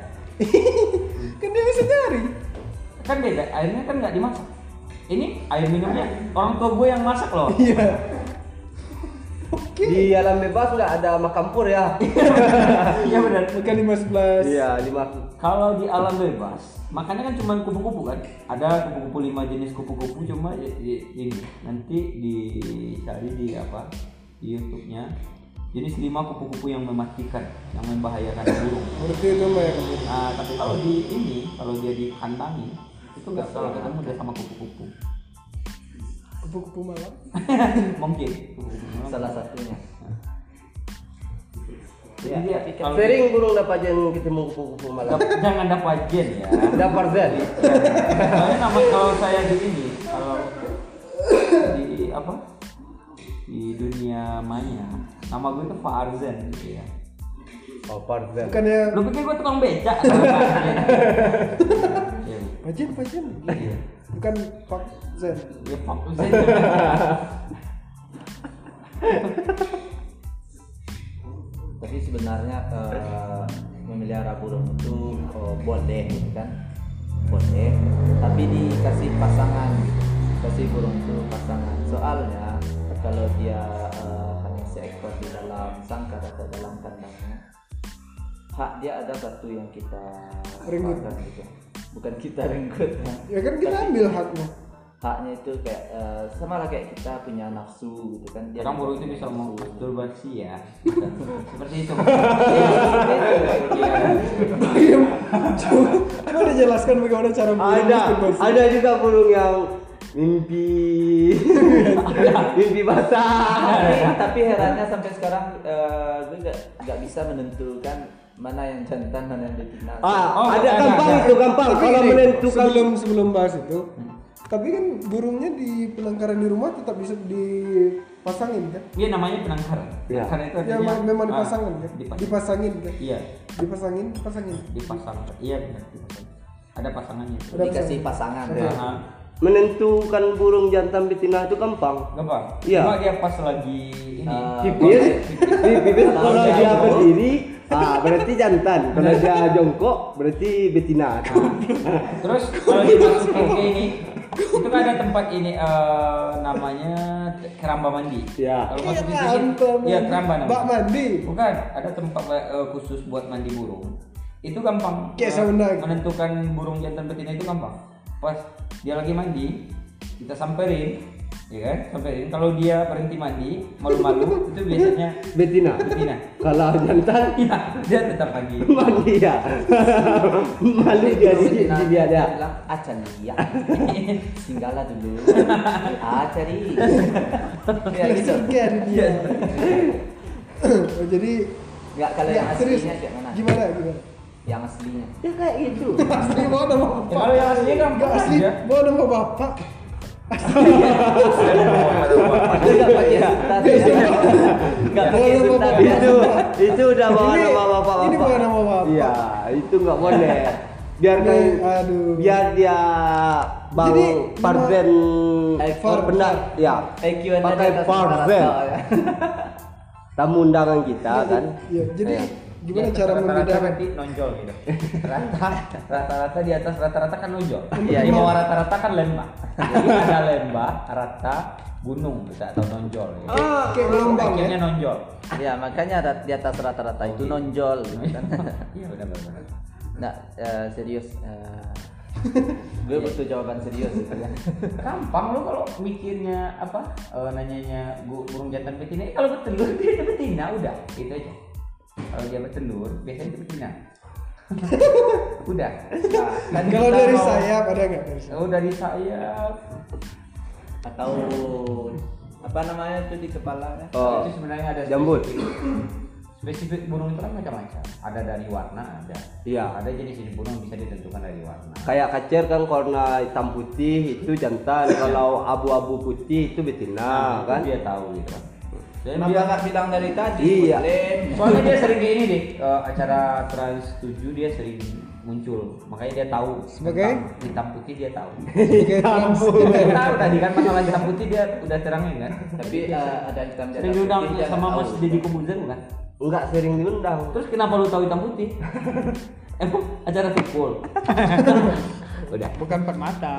Kan dia bisa nyari. Kan beda, airnya kan nggak dimasak. Ini air minumnya orang tua gue yang masak loh. Iya. Oke. Di alam bebas nggak ada makam pur ya? Iya benar. Bukan lima sebelas. Iya, lima. Kalau di alam bebas, makannya kan cuma kupu-kupu kan. Ada kupu-kupu lima jenis kupu-kupu, cuma i- i- ini nanti dicari di apa di YouTube-nya jenis lima kupu-kupu yang mematikan, yang membahayakan burung. Berarti itu mah ya kan. Nah, tapi kalau di ini, kalau dia dikandangi, itu nggak salah ketemu dia sama kupu-kupu. Kupu-kupu malam. Mungkin kupu-kupu malam. Salah satunya. Jadi Ya, dia tapi kan kalau Sering burung dapat yang ketemu kupu-kupu malam. dap- jangan dapat jen ya. Dapat Zen. Soalnya nama kalau saya di ini, kalau di apa di dunia maya, nama gue itu Farzan gitu ya. Oh, Farzan. Bukannya Lu pikir gue tukang beca? Farzan. Iya, Pajen, Pajen. iya. Bukan Pak Zen. Ya Farzan. Tapi sebenarnya eh, memelihara burung itu oh, boleh gitu kan, boleh. Tapi dikasih pasangan, gitu. Kasih burung itu pasangan. Soalnya kalau dia eh, hanya seekor di dalam sangkar atau dalam kandangnya, hak dia ada satu yang kita Renggut. makan gitu. Bukan kita renggut ya. Ya kan kita Tapi ambil haknya. haknya itu kayak eh, sama lah kayak kita punya nafsu gitu kan. Dia Orang burung itu punya bisa nafsu. mau masturbasi ya. Seperti itu. Iya. Coba coba dijelaskan bagaimana cara burung Ada, masturbasi. ada juga burung yang mimpi, mimpi basah. tapi, tapi herannya sampai sekarang eh, gue nggak nggak bisa menentukan mana yang jantan mana yang betina. Ah, Oh, ada ada, gampang ada. itu gampang. Tapi Kalau gini, menentukan sebelum sebelum bahas itu, tapi kan burungnya di penangkaran di rumah tetap bisa dipasangin kan? Dia namanya penangkaran. Iya. Karena itu Ya artinya, ma- memang ah, dipasangin kan? dipasang. Dipasangin kan? Iya, Dipasangin, pasangin. dipasang. Iya benar dipasang. Ada pasangannya. Ada Dikasih pasangan. Iya. Nah, menentukan burung jantan betina itu gampang. gampang. Iya. Cuma dia pas lagi ini. Ah, Pipis, pipis kalau Tahu dia jauh. berdiri Ah, berarti jantan. Kalau dia jongkok berarti betina. Terus kalau dimasukin ke ini, itu kan ada tempat ini eh, namanya keramba mandi. Ya. Kalau masukin ke Keramba situ, mandi. ya keramba namanya. Bak mandi. Bukan, ada tempat eh, khusus buat mandi burung. Itu gampang. Kayak eh, sauna. menentukan burung jantan betina itu gampang. Pas dia lagi mandi, kita samperin, ya kan? Samperin. Kalau dia berhenti mandi, malu-malu, itu biasanya Betina. betina. Kalau jantan Iya, dia tetap mandi. mandi ya. Malu dia di di dia dia. bilang acan dia singgala dulu ah cari ya gitu Sekian dia. Oh, jadi nggak kalau yang ya, serius. aslinya kayak mana Gimana gimana? yang aslinya Ya kayak gitu. Asli bawa nama Ya, bapak. kalau yang aslinya gampang Nggak asli aja. bawa nama bapak. nggak pakai Iya. sultan ya nggak pakai Boleh, sultan Bapak. ya Itu itu udah bawa Ini- nama bapak-bapak. ini bawa nama bapak. Iya, itu nggak boleh. Biarkan Ini, aduh. biar dia bang Jadi, parzen Far- benar ya. I Q anda di Pakai atas parzen. rata-rata ya. Tamu undangan kita kan. Iya, jadi Iya. gimana Di atas cara rata-rata membedakan? nanti nonjol gitu. Rata, rata-rata di atas rata-rata kan nonjol. Iya, Di iya. bawah rata-rata kan lembah. Jadi ada lembah, rata, gunung bisa atau nonjol. Gitu. Ah, kayak gelombang ya. Akhirnya nonjol. ya makanya rat- di atas rata-rata itu nonjol gitu kan Iya benar-benar. nggak eh, serius eh, gue butuh jawaban serius gitu kan Gampang lo kalau mikirnya apa? Eh, nanyanya bu- burung jantan betina. Eh, kalau bertelur dia betina udah, itu aja. Kalau dia bertelur biasanya itu betina. Udah. Nah, kan Kalau kita dari mau- sayap ada nggak dari sayap? Oh dari sayap. atau apa namanya tuh di kepalanya Oh. Itu sebenarnya ada Jambul. spesifik. Spesifik burung itu kan macam-macam. Ada dari warna, ada. Iya. Ada jenis-jenis burung yang bisa ditentukan dari warna. Kayak kacer kan warna hitam putih itu jantan, kalau abu-abu putih itu betina Itu kan. dia tahu gitu kan. Dan kenapa dia, nggak bilang dari tadi Iya. Muslim? soalnya dia sering kayak ini deh. eh, acara Trans tujuh dia sering muncul. Makanya dia tahu. Sebagai? tentang hitam putih dia tahu. Sebagai trans. Dia tahu tadi kan masalah hitam putih dia udah terangin kan. tapi eh, ada hitam di atas Sering diundang putih, dia sama nggak Mas tahu. Deddy Kobuzer bukan? Enggak sering diundang. Terus kenapa lu tahu hitam putih? Emang acara football? Udah. Bukan empat mata.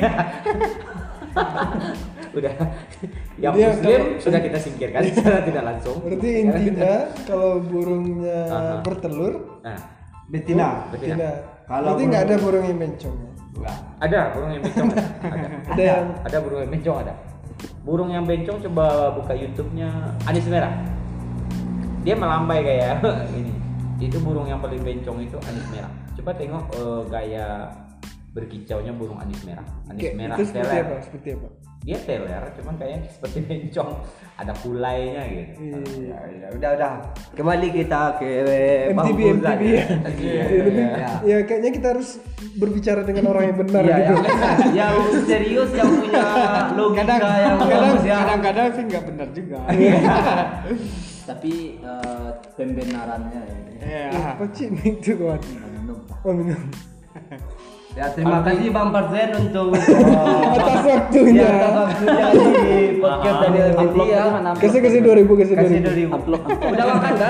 Udah. Yang Dia muslim kalau- sudah kita singkirkan secara tidak langsung. Berarti intinya kalau burungnya Aha. bertelur Nah, Betina. betina. Kalau Berarti nggak ada burung- burung yang bencong. Enggak. ada burung yang bencong ada. Ada. Ada yang Ada burung yang bencong ada. Burung yang bencong coba buka YouTube-nya Anis Merah. Dia melambai kayak ini. Itu burung yang paling bencong itu Anis Merah. Coba tengok eh, gaya berkicaunya burung Anis Merah. Anis kayak Merah itu seperti teler. apa? Seperti apa? Dia teler, cuman kayaknya seperti bencong. Ada kulainya gitu. Iya. Ya, udah udah. Kembali kita ke M T B, Bang M T B Fauzan. ya. Iya, Lebih- iya. Ya kayaknya kita harus berbicara dengan orang yang benar Iya, gitu. yang, yang serius yang punya logika Kadang, yang kadang, bagus ya. kadang-kadang sih nggak benar juga. tapi eh, pembenarannya ya. Iya. Apa sih itu kawan? Minum. Oh minum. Ya terima kasih Bang Farzan untuk Atas waktunya. ya, atas waktunya di podcast tadi Upload ya. tadi mana? Kasih kasih dua ribu, kasih dua Kasih ribu. dari Upload, upload. Udah makan kan?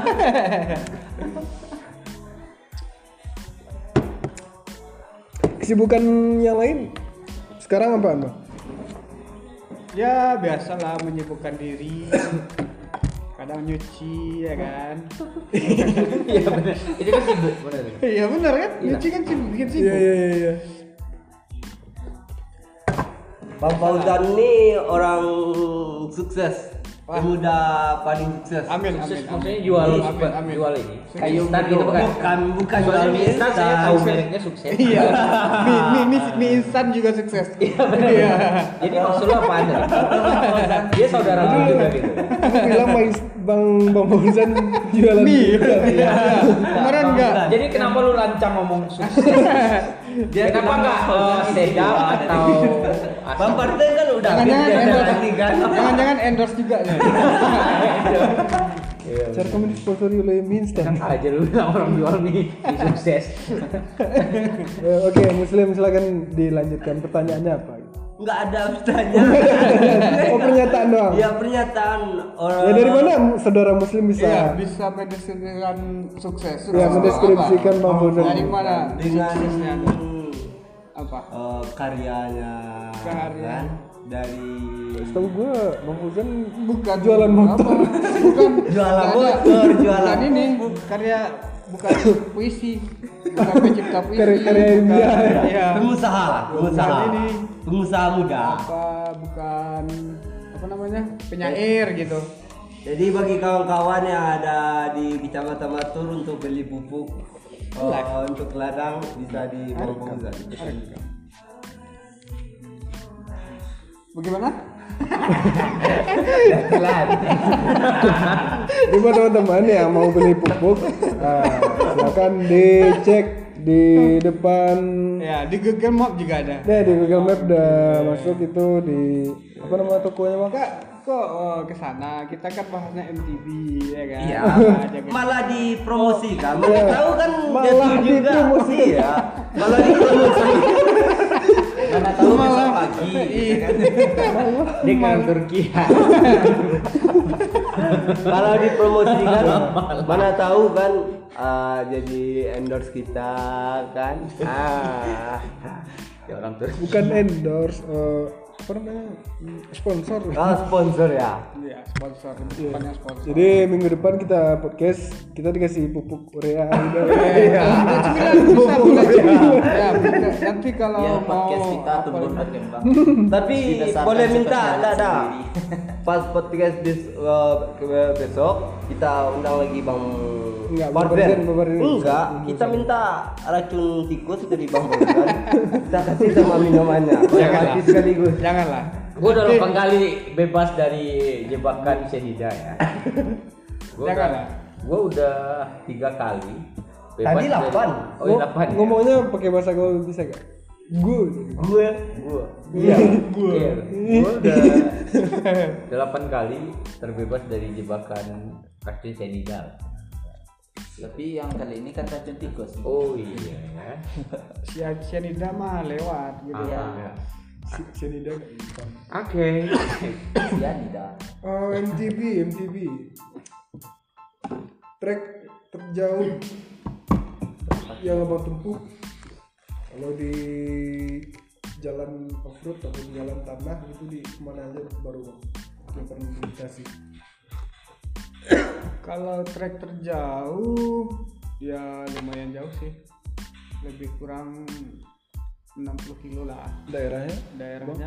Kesibukan yang lain sekarang apa Anda? Ya biasalah menyibukkan diri. Kadang nyuci ya kan. Iya benar. Itu kan sibuk benar. Iya benar kan? Iya. Nyuci kan sibuk, bikin Iya sibuk. iya iya. iya. Bang Fauzan ini orang sukses. Pemuda paling sukses. Amin Sukses amin. maksudnya amin. jual Amin, amin. jual ini. Kayu instan gitu bukan? Bukan, bukan Soalnya jual mie instan saya instan. tahu mereknya sukses. Iya. Mie, mie, mie, mie instan juga sukses. Iya benar. Iya. Jadi maksud lu apa aja? Dia saudara lu juga gitu. Aku bilang Bang Bang Bang Fauzan jualan Mie. Iya. Kemarin enggak. Jadi kenapa lu lancang ngomong sukses? Dia Kenapa bilang enggak Fauzan uh, sedap ada atau Bang Farzan kan udah Jangan-jangan dia endorse. ganti kan. Jangan-jangan endorse juga nih. Cara kamu disponsori oleh mie instan. aja lu bilang orang jual mie mie sukses. Eh, Oke, Muslim silakan dilanjutkan pertanyaannya apa? Enggak ada pertanyaan. Oh pernyataan doang. Ya Ya pernyataan orang. Ya dari mana saudara muslim bisa? Iya, bisa mendeskripsikan sukses. Ya, mendeskripsikan Bang Fauzan. Dari mana? Dengan Suksesnya apa? eh, karyanya Karya. kan? Dari Setahu gue Bang Fauzan Bukan jualan motor. apa, bukan Jualan bukan- motor, jualan bukan ini karya, bukan puisi, bukan pencipta puisi, Karya-karya bukan- India, ya. iya. pengusaha, pengusaha, Bukan ini. pengusaha muda. apa bukan apa namanya penyair gitu. Jadi bagi kawan-kawan yang ada di Kecamatan Matur untuk beli pupuk eh, untuk ladang bisa di Bang Fauzan. Bagaimana? Jadi buat teman-teman yang mau beli pupuk, nah, silakan dicek di depan. Ya di Google Map juga ada. Nah, di Google Map udah masuk itu di apa nama tokonya Bang? Kak, kok oh, ke sana? Kita kan bahasnya M T V ya kan. Iya, Nah, jangan- malah dipromosikan. Mau Iya. tahu kan Malah jatuh juga. dipromosikan. Iya, malah dipromosikan. Mana tahu besok pagi gitu kan. Di kantor Kia. Kalau dipromosikan, mana tahu kan ah, jadi endorse kita kan. Ah, Ya orang terus. Bukan endorse, eh, apa namanya? Hmm, Sponsor. ah, sponsor ya. Iya, sponsor, depannya sponsor. Jadi minggu depan kita podcast, kita dikasih pupuk urea. Iya. bisa bulan sembilan. Ya, bisa. Nanti kalau Biar mau podcast kita apa tumbuh namanya? berkembang. Tapi Didasarkan boleh minta, seperti ada anak ada. sendiri. Pas podcast bis, uh, ke- besok kita undang lagi Bang Enggak, Bang Barden. Barden, Bang Barden. Enggak, kita minta racun tikus dari Bang Barden. Kita kasih sama minumannya. Mati sekaligus. Janganlah. Gue udah delapan kali bebas dari jebakan Syahida ya. Gue Jangan udah, lah. gue udah tiga kali. bebas Tadi dari- delapan. Oh iya delapan. ya? Ngomongnya pakai bahasa gaul bisa gak? Gue. Gue Gue. iya. Gue. Gue udah delapan kali terbebas dari jebakan racun Syahida. Tapi yang kali ini kan racun tikus. Oh iya. ya. Si Cyanida mah lewat gitu Ah, kan. ya. Si- Cyanida gak bisa. Oke. Cyanida. Oh, M T V, M T V. Trek terjauh yang abang tempuh. Kalau di jalan off-road atau di jalan tanah itu di kemana aja baru Bang? Yang pernah dikasih. Kalau trek terjauh ya lumayan jauh sih. Lebih kurang enam puluh kilo lah. Daerahnya? Daerahnya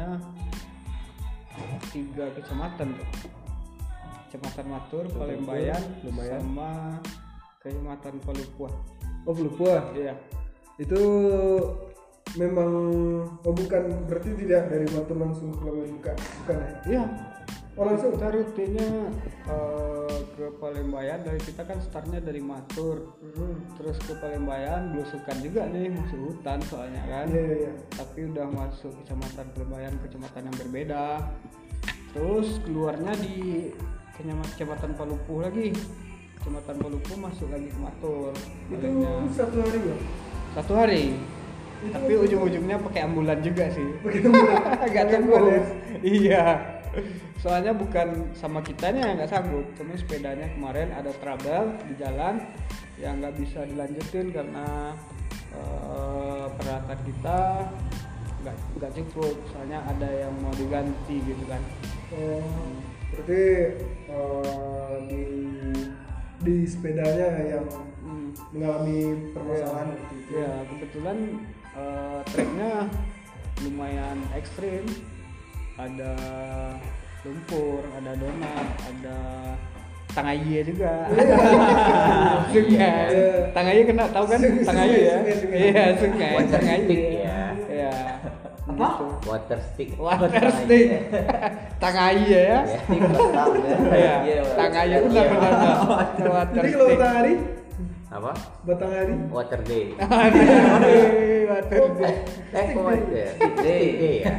tiga kecamatan tuh. Kecamatan Matur, Palembayan, lumayan. sama Kecamatan Palupuah. Oh, Pelupua. Iya. Itu memang oh bukan berarti tidak dari Matur langsung ke Palembang bukan bukan ya? Iya. Oh langsung. Kita rutenya eh, ke Palembayan, dari kita kan startnya dari Matur, terus ke Palembayan, belusukan juga nih masuk hutan soalnya kan. Iya iya iya. Tapi udah masuk kecamatan Palembayan, kecamatan yang berbeda. Terus keluarnya di Kenyamat- kecamatan Palupuh lagi. Kecamatan Palupuh masuk lagi ke Matur. Itu Palingnya satu hari ya? satu hari. Tapi ujung-ujungnya pakai ambulan juga sih. Pakai ambulan. Agak Pakai ambulan ya? tembus. Iya. Soalnya bukan sama kitanya nggak sanggup, cuma sepedanya kemarin ada trouble di jalan yang nggak bisa dilanjutin karena eh, peralatan kita nggak nggak cukup. Soalnya ada yang mau diganti gitu kan. Oh, berarti eh, di di sepedanya yang Hmm. mengalami permasalahan gitu. itu. Ya kebetulan eh, treknya lumayan ekstrim. Ada lumpur, ada donat, ada tangaye juga. Sungai. Tangaye kena tahu kan? Sungai, Tangaye ya. sungai, sungai. Iya, sungai. Water Tangaye. stick ya. Iya. Apa? Water stick. Water stick. Tangaye ya. Stick besar ya. Iya. Tangaye benar benar. benar. Water Jadi kalau stick. Batang Hari, Apa? Batang Hari, Water day. Water stick. Eh kok water? Stick day ya.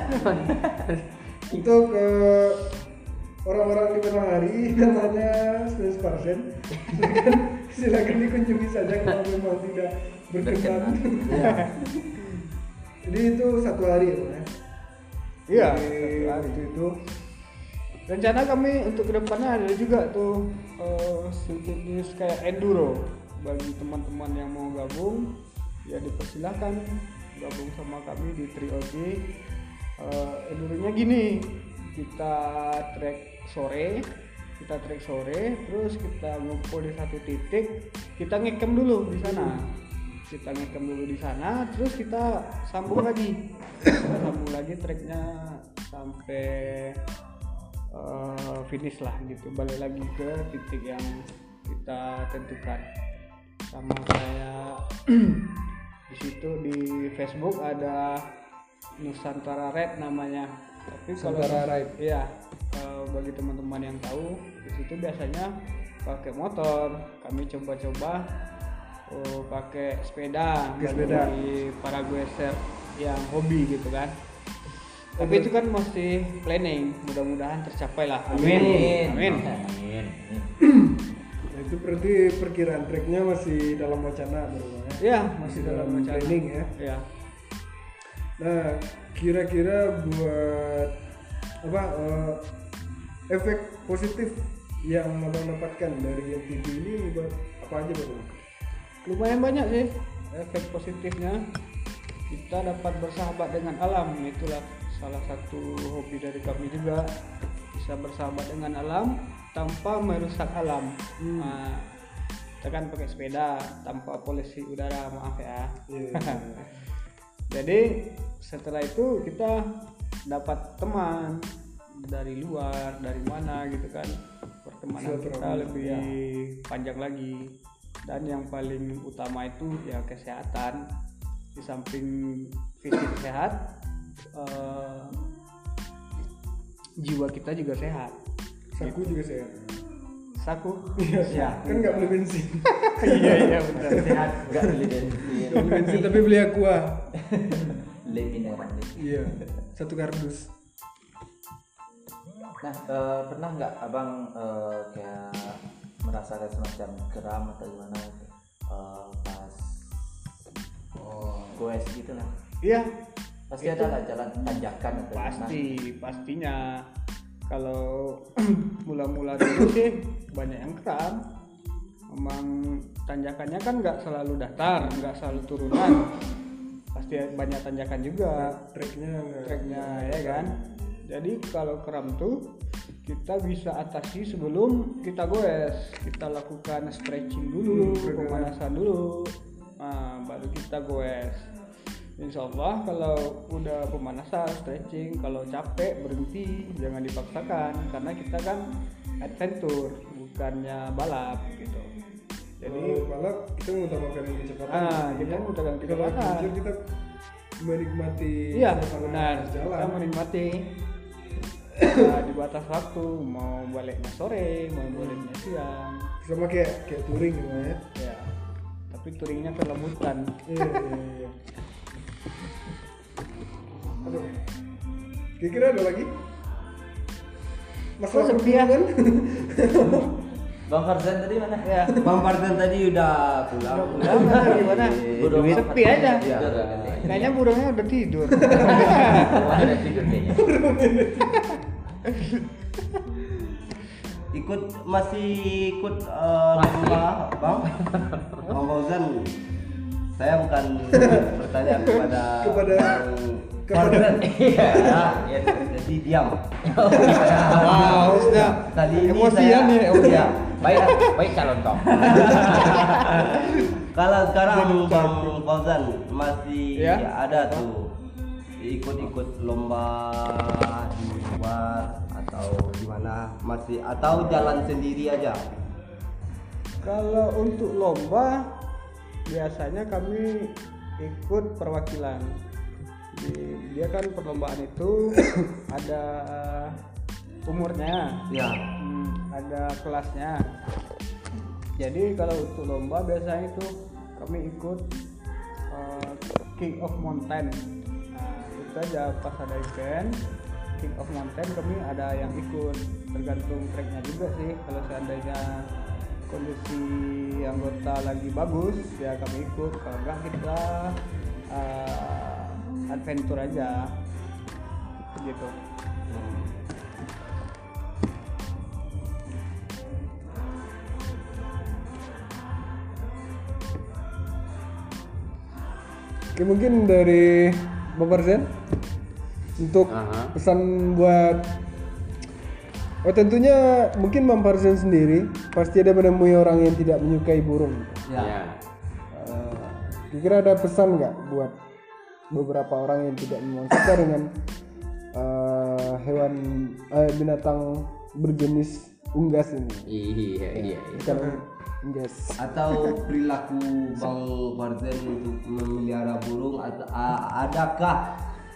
untuk eh, orang-orang di Batang Hari katanya seratus persen silakan, silakan dikunjungi saja kalau memang tidak berkenan. Jadi itu satu hari ya Bang, ya? Iya, Jadi satu hari. waktu itu rencana kami untuk kedepannya ada juga tuh uh, jenis kayak enduro bagi teman-teman yang mau gabung ya dipersilahkan gabung sama kami di Tri O G. Uh, enduronya gini, kita trek sore, kita trek sore, terus kita ngumpul di satu titik, kita ngecamp dulu di sana, kita ngecamp dulu di sana, terus kita sambung lagi, kita sambung lagi treknya sampai uh, finish lah gitu, balik lagi ke titik yang kita tentukan. Sama kayak di situ di Facebook ada Nusantara Ride namanya. Tapi kalau Nusantara Ride. Iya, uh, bagi teman-teman yang tahu, di situ biasanya pakai motor. Kami coba-coba uh, pakai sepeda Pakai sepeda. bagi para goeser yang hobi gitu kan. Tapi itu kan masih planning, mudah-mudahan tercapai lah. Amin. Amin. Amin. Nah, itu berarti perkiraan treknya masih dalam wacana baru ya? Iya, masih dalam Dalam rencana. planning ya. Iya. Nah, kira-kira buat apa eh, efek positif yang abang dapatkan dari M T B ini buat apa aja bang? Lumayan banyak sih efek positifnya. Kita dapat bersahabat dengan alam, itulah salah satu hobi dari kami juga, bisa bersahabat dengan alam tanpa merusak alam. Hmm. Nah, kita kan pakai sepeda tanpa polusi udara, maaf ya. Iya. Jadi setelah itu kita dapat teman dari luar, dari mana gitu kan, pertemanan kita Silaturahmi, lebih ya. panjang lagi. Dan yang paling utama itu ya kesehatan. Di samping fisik sehat, eh, jiwa kita juga sehat. Saku juga sehat. Saku, Iya. Kan nggak beli bensin. iya iya benar. Sehat enggak beli bensin. Nggak beli bensin tapi beli aqua. Le mineral. Iya. Satu kardus. Nah, eh, pernah nggak abang eh, kayak merasakan semacam geram atau gimana gitu? Eh, pas oh, goes gitu lah. Iya, Pasti Itu- ada lah jalan tanjakan atau pasti pastinya. Kalau mula-mula dulu sih banyak yang kram. Memang tanjakannya kan nggak selalu datar, nggak selalu turunan. Pasti banyak tanjakan juga. Treknya nggak. Treknya ya kan. Jadi kalau kram tuh kita bisa atasi sebelum kita goes. Kita lakukan stretching dulu, Hmm, pemanasan dulu, nah, baru kita goes. Insya Allah kalau udah pemanasan, stretching, kalau capek berhenti, jangan dipaksakan karena kita kan adventure, bukannya balap gitu. Jadi Jadi balap kita mengutamakan kecepatan. ah kita mengutamakan Kalau kecepatan. adventure kita menikmati Iya suasana benar, jalan. kita menikmati nah, di batas waktu, mau baliknya sore, mau baliknya siang, Sama kayak kayak touring gitu ya. ya. Tapi touringnya ke hutan. Iya, iya, iya. Aduh. Kira-kira ada lagi? Masalah Kok sepi ya? perhubungan? Bang Farzan tadi mana? Ya, Bang Parten tadi udah pulang. udah mana gimana? Burung Sepi aja. Iya. Kayaknya burungnya udah tidur. Wah, ada tidur kayaknya. Ikut masih ikut eh, lomba Bang? Bang Fauzan. Saya bukan bertanya kepada Kepada- Bang kepada- Farzan. Iya. Ya, jadi diam. Wow, sudah Kali ini emosian saya, ya, emosian. Iya. Baik, baik calon Tom. Kalau sekarang Bang Fauzan masih Ya. ada tuh ikut-ikut lomba di luar atau gimana, masih atau jalan sendiri aja? Kalau untuk lomba biasanya kami ikut perwakilan. Di- Dia kan perlombaan itu ada umurnya, Ya. hmm, ada kelasnya. Jadi kalau untuk lomba biasanya itu kami ikut uh, King of Mountain. Nah, itu aja pas ada event King of Mountain kami ada yang ikut, tergantung tracknya juga sih. Kalau seandainya kondisi anggota lagi bagus ya kami ikut, kalau enggak kita uh, adventure aja gitu. Oke, mungkin dari Bapak Zen untuk Aha. pesan buat oh tentunya mungkin Bang Farzan sendiri pasti ada menemui orang yang tidak menyukai burung. Ya. Ya. Uh, kira-kira ada pesan nggak buat beberapa orang yang tidak memang suka dengan uh, hewan uh, binatang berjenis unggas ini? Iya, iya, iya. Bukan unggas. Atau perilaku Bang Farzan untuk memelihara burung atau a- adakah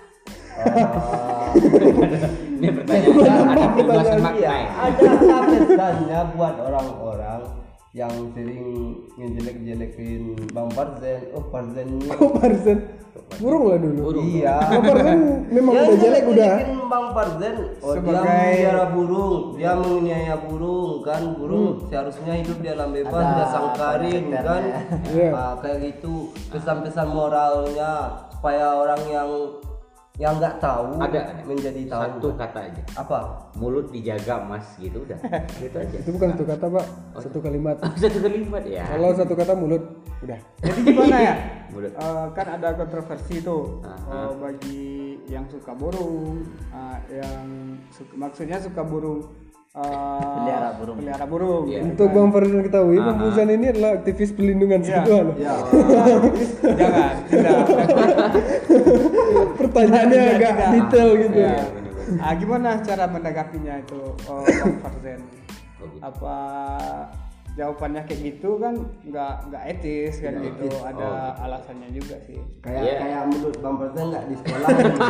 uh, Ini pertanyaan ada pembahasan makna. iya, ya? adakah pesannya buat orang-orang yang sering ngejelek-jelekin Bang Farzan? Oh Farzan ini Oh Farzan, burung lah dulu. Burung. iya. Bang Farzan memang Yang udah jelek udah. ngejelekin Bang Farzan, oh dia Sebagai- memelihara burung, dia menganiaya burung kan, burung seharusnya hidup di alam bebas, Ada dia sangkarin kan, karakternya. Iya. Nah, kayak gitu pesan-pesan moralnya supaya orang yang yang nggak tahu Ada, ada. menjadi tahu. Satu kata aja. Apa? Mulut dijaga mas gitu udah. Gitu aja. Itu bukan satu kata Pak, satu kalimat. Satu kalimat ya. Kalau satu kata mulut, udah. Jadi gimana ya? Mulut. Eh, kan ada kontroversi tuh Aha. eh, bagi yang suka burung, eh, yang suka, maksudnya suka burung, eh, Pelihara burung. pelihara burung. Iya. gitu Untuk kan. Bang Farzan ketahui, Bang Aha. Farzan ini adalah aktivis pelindungan Iya. satwa loh. Ya. Jangan, tidak. Pertanyaannya Tidak, agak tidak. detail gitu. Ya. Ah, gimana cara menanggapinya itu, oh, Bang Farzan? Oh, gitu. Apa jawabannya kayak gitu kan nggak nggak etis kan Nggak gitu, etis. ada Oh. alasannya juga sih. Kayak Iya. kayak menurut Bang Farzan nggak di sekolah.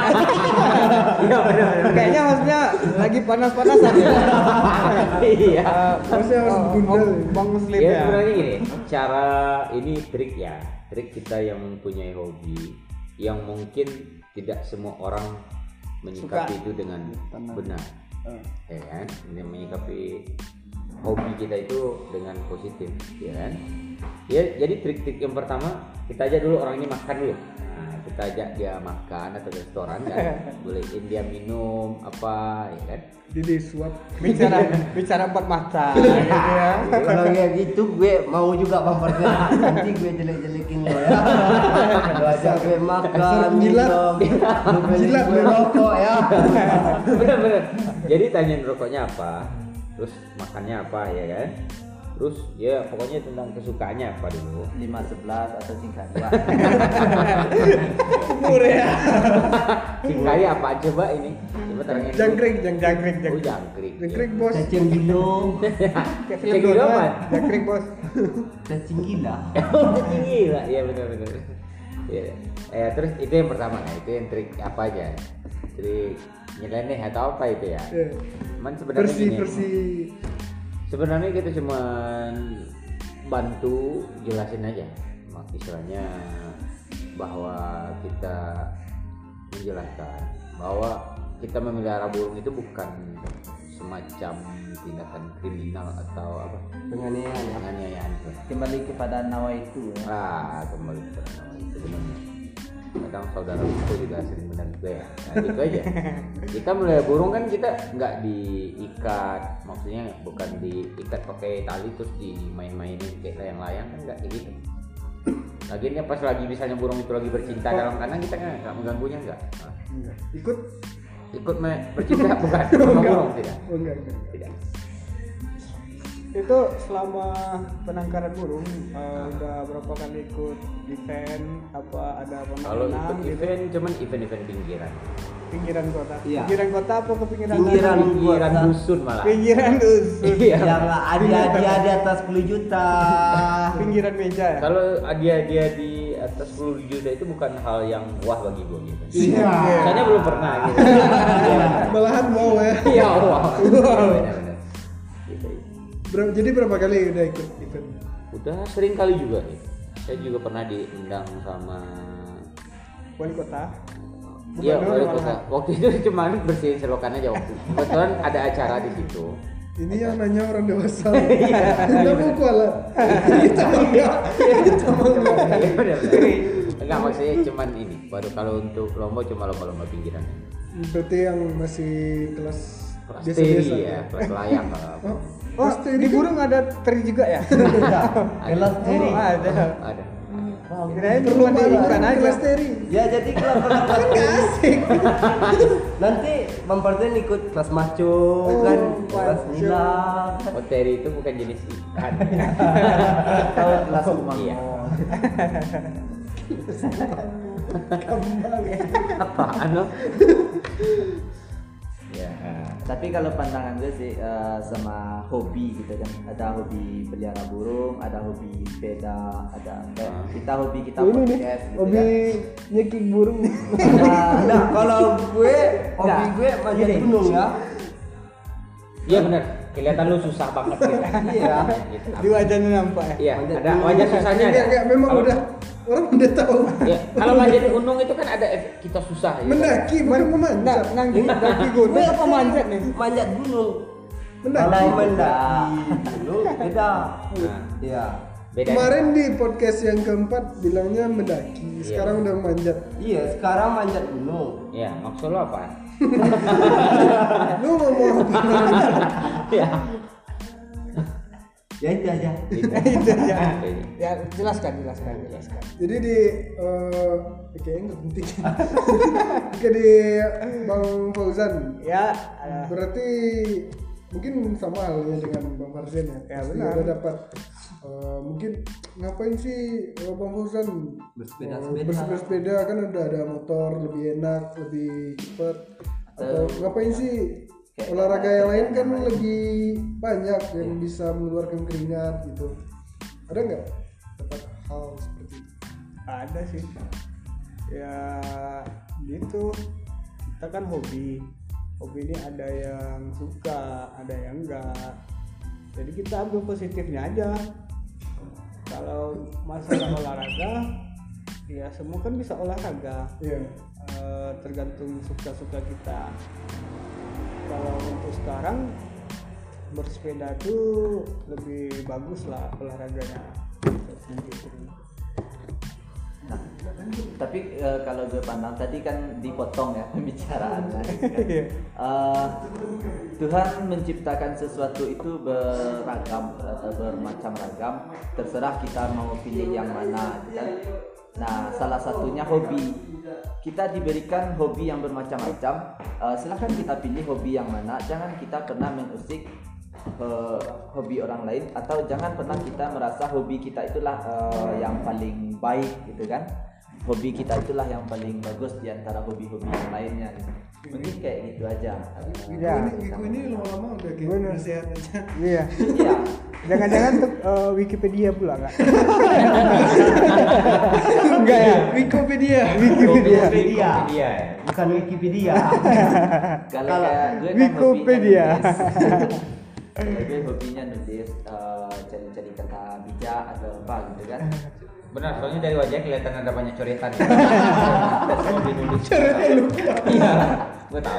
Iya benar. Kayaknya maksudnya lagi panas-panasan ya. Iya. Eh, Maksudnya harus oh, gundal oh, ya? Bang Muslim Ya ya. sebenarnya gini, cara ini trik ya, trik kita yang mempunyai hobi yang mungkin tidak semua orang menyikapi Suka. itu dengan Tenang. benar, Eh, ya kan? Ini menyikapi hobi kita itu dengan positif, ya kan? Ya, jadi trik-trik yang pertama kita ajak dulu orang ini makan dulu. Nah, kita ajak dia makan atau ke restoran kan, bolehin dia minum apa, ya kan? Jadi suap. Bicara bicara empat mata gitu ya. Kalau kayak gitu gue mau juga Bang Farzan. Nanti gue jelek-jelekin lo ya. Lo ajak gue makan, Jilat. minum, lo beli Jilat, gue memang. rokok ya. Bener-bener. Jadi tanyain rokoknya apa, terus makannya apa, ya kan? Terus ya pokoknya tentang kesukaannya apa dulu. lima sebelas atau tingkat dua. Umur ya. Singkari apa aja mbak ini? Coba terangin. dulu. Jangkrik, jangkrik. Jangkrik, Oh jangkrik. jangkrik. Jangkrik bos. Cacing gilo, Kayak film Cek dulu Dono apa? kan. Jangkrik bos. cacing gila. Oh gila, iya benar-benar. Ya. Eh terus itu yang pertama, nah, itu yang trik apa aja? Trik nyeleneh atau apa itu ya? Iya. Cuman sebenarnya Versi gini. versi. Sebenarnya kita cuma bantu jelasin aja, mak istilahnya bahwa kita menjelaskan bahwa kita memelihara burung itu bukan semacam tindakan kriminal atau apa Penganiayaan ya. penganiayaan. Kembali kepada nawa itu ya. Ah, kembali ke nama itu benar. Kadang saudara itu juga sering benar juga ya. Nah, gitu aja. Kita melihara burung kan kita nggak diikat, maksudnya bukan diikat pakai tali terus dimain-mainin kayak layang-layang kan nggak kayak gitu. Lagian ya pas lagi misalnya burung itu lagi bercinta dalam kandang kita nggak nggak mengganggunya nggak. Nah, Enggak. Ikut? ikut me- bercinta bukan sama burung tidak. Oh, enggak, enggak. Tidak. Itu selama penangkaran burung eh, udah berapa kali ikut event apa ada Kalau pemenang ikut gitu event cuman event-event pinggiran. pinggiran kota. Iya. Pinggiran kota apa ke pinggiran Pinggiran. kota? Pinggiran Kota. dusun malah. Pinggiran dusun. Iya. Yang ada dia di atas sepuluh juta. Pinggiran meja ya. Kalau dia dia di atas sepuluh juta itu bukan hal yang wah bagi gue gitu. Iya. Soalnya belum pernah gitu. Malahan mau ya. Iya, wah. Benar-benar. Gitu. Berapa, jadi berapa kali udah ikut event? Udah sering kali juga nih. Saya juga pernah diundang sama Wali kota. Iya, Gubernur wali malah. kota. Waktu itu cuma bersihin selokan aja waktu. Kebetulan ada acara di situ. Ini yang nanya orang dewasa. Kita mau kuala. Kita mau enggak. Kita mau enggak. Iya, benar-benar. Enggak maksudnya cuman ini. Baru kalau untuk lomba cuma lomba-lomba pinggiran. Berarti yang masih kelas Kelas biasa-biasa. teri ya, kelas layang kalau. Oh, Oh, kelas teri di kan? burung ada teri juga ya? Kelas Oh, teri. ada. Ada. tahu. Kirain cuma di iklan aja. kelas teri. Ya jadi kelas kelas asik. Nanti Bang Parten ikut kelas maco kan, kelas nila. Oteri itu bukan jenis ikan. Tahu kelas rumah. Iya. Apaan lo? Ya. Tapi kalau pandangan gue sih eh, sama hobi gitu kan, ada hobi pelihara burung, ada hobi sepeda, ada kayak kita hobi kita Oh, ini nih, podcast gitu hobi kan. nyekik burung nih. Ada- Nah, kalau gue hobi Nah, gue manjat gini. gunung ya. Iya benar. Kelihatan lu susah banget gitu. Iya. Gitu. Di wajahnya nampak ya. Iya, Manjat ada gunung. wajah susahnya. Enggak, ada. enggak, memang Kalau- udah orang udah tahu. Ya, kalau manjat gunung itu kan ada efek kita susah gitu. Mendaki bukan memanjat. Nah, nang daki gunung apa manjat nih? Manjat gunung. Mendaki. Kalau mendaki gunung beda. Nah, Iya. beda. Kemarin di podcast yang keempat bilangnya mendaki, sekarang udah manjat. Iya, sekarang manjat gunung. Iya, maksud lo apa? Lu ngomong apa? Iya. Ya itu aja. Itu aja. Ya jelaskan, jelaskan, jelaskan. Jadi di eh kayaknya nggak penting. Oke di Bang Fauzan. Ya, ada. Berarti mungkin sama halnya dengan Bang Farzan ya. Ya, Pasti benar. udah dapat. Eh, mungkin ngapain sih eh, Bang Fauzan Bersepeda-sepeda. Eh, bersepeda kan udah ada motor lebih enak, lebih cepat. Atau ngapain sih Kayak olahraga yang lain kan yang lain. lebih banyak yang bisa mengeluarkan keringat gitu. Ada nggak dapat hal seperti itu? Ada sih. Ya gitu. Kita kan hobi. Hobi ini ada yang suka, ada yang enggak. Jadi kita ambil positifnya aja. Kalau masalah olahraga, ya semua kan bisa olahraga. Iya. Eh, tergantung suka-suka kita. Kalau untuk sekarang bersepeda tuh lebih bagus lah olahraganya. Gitu. Nah, tapi eh, kalau gue pandang tadi kan dipotong ya pembicaraannya. gitu kan. Eh, Tuhan menciptakan sesuatu itu beragam atau bermacam ragam, terserah kita mau pilih yang mana. Gitu kan. Nah, salah satunya hobi. Kita diberikan hobi yang bermacam-macam. Eh, silahkan kita pilih hobi yang mana. Jangan kita pernah mengusik eh, hobi orang lain, atau jangan pernah kita merasa hobi kita itulah eh, yang paling baik gitu kan. Hobi kita itulah yang paling bagus di antara hobi-hobi yang lainnya gitu. Mungkin kayak gitu aja. Giku Ya, ini, Giku ini lama-lama udah kayak Bener. nasihat aja. Iya. Iya. Jangan-jangan tuh eh, Wikipedia pula nggak? Enggak ya? Wikipedia. Wikipedia. Wikipedia. Iya. Bukan Wikipedia. Kalau kayak gue kan Wikipedia. hobinya nulis. Kalau gue hobinya nulis eh, cari-cari kata bijak atau apa gitu kan. Benar, soalnya dari wajahnya kelihatan ada banyak coretan. Ya. Hobi nulis. Coretan lu. Iya. Gue tahu.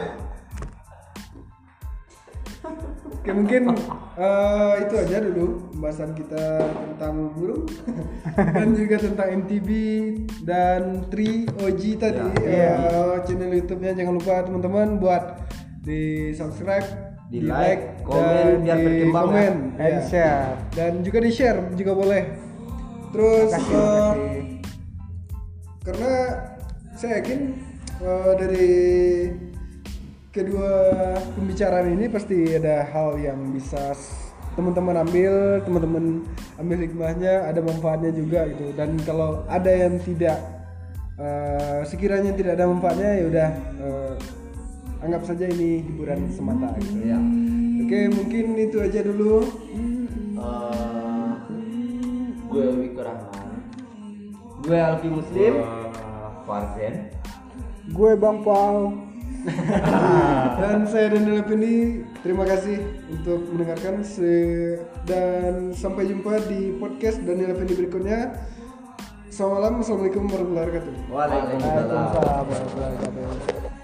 Oke mungkin eh, itu aja dulu pembahasan kita tentang burung dan juga tentang M T B dan Tri O G tadi eh, channel YouTube-nya. Jangan lupa teman-teman buat di subscribe, Di like, komen, biar berkembang, komen, ya. And share. dan juga di share juga boleh. Terus Makasih, eh, makasih. karena saya yakin eh, dari kedua pembicaraan ini pasti ada hal yang bisa s- teman-teman ambil, teman-teman ambil hikmahnya, ada manfaatnya juga gitu. Dan kalau ada yang tidak eh, sekiranya tidak ada manfaatnya, ya udah eh, anggap saja ini hiburan semata gitu. Iya. Oke, mungkin itu aja dulu. Eh, gue Wiko Rahman. Gue Alfi Muslim. Wah, Farzan. Gue Bang Pau. Dan saya Daniel Effendi, terima kasih untuk mendengarkan se- dan sampai jumpa di podcast Daniel Effendi berikutnya. Selamat malam, assalamualaikum warahmatullahi wabarakatuh. Waalaikumsalam. Waalaikumsalam warahmatullahi wabarakatuh.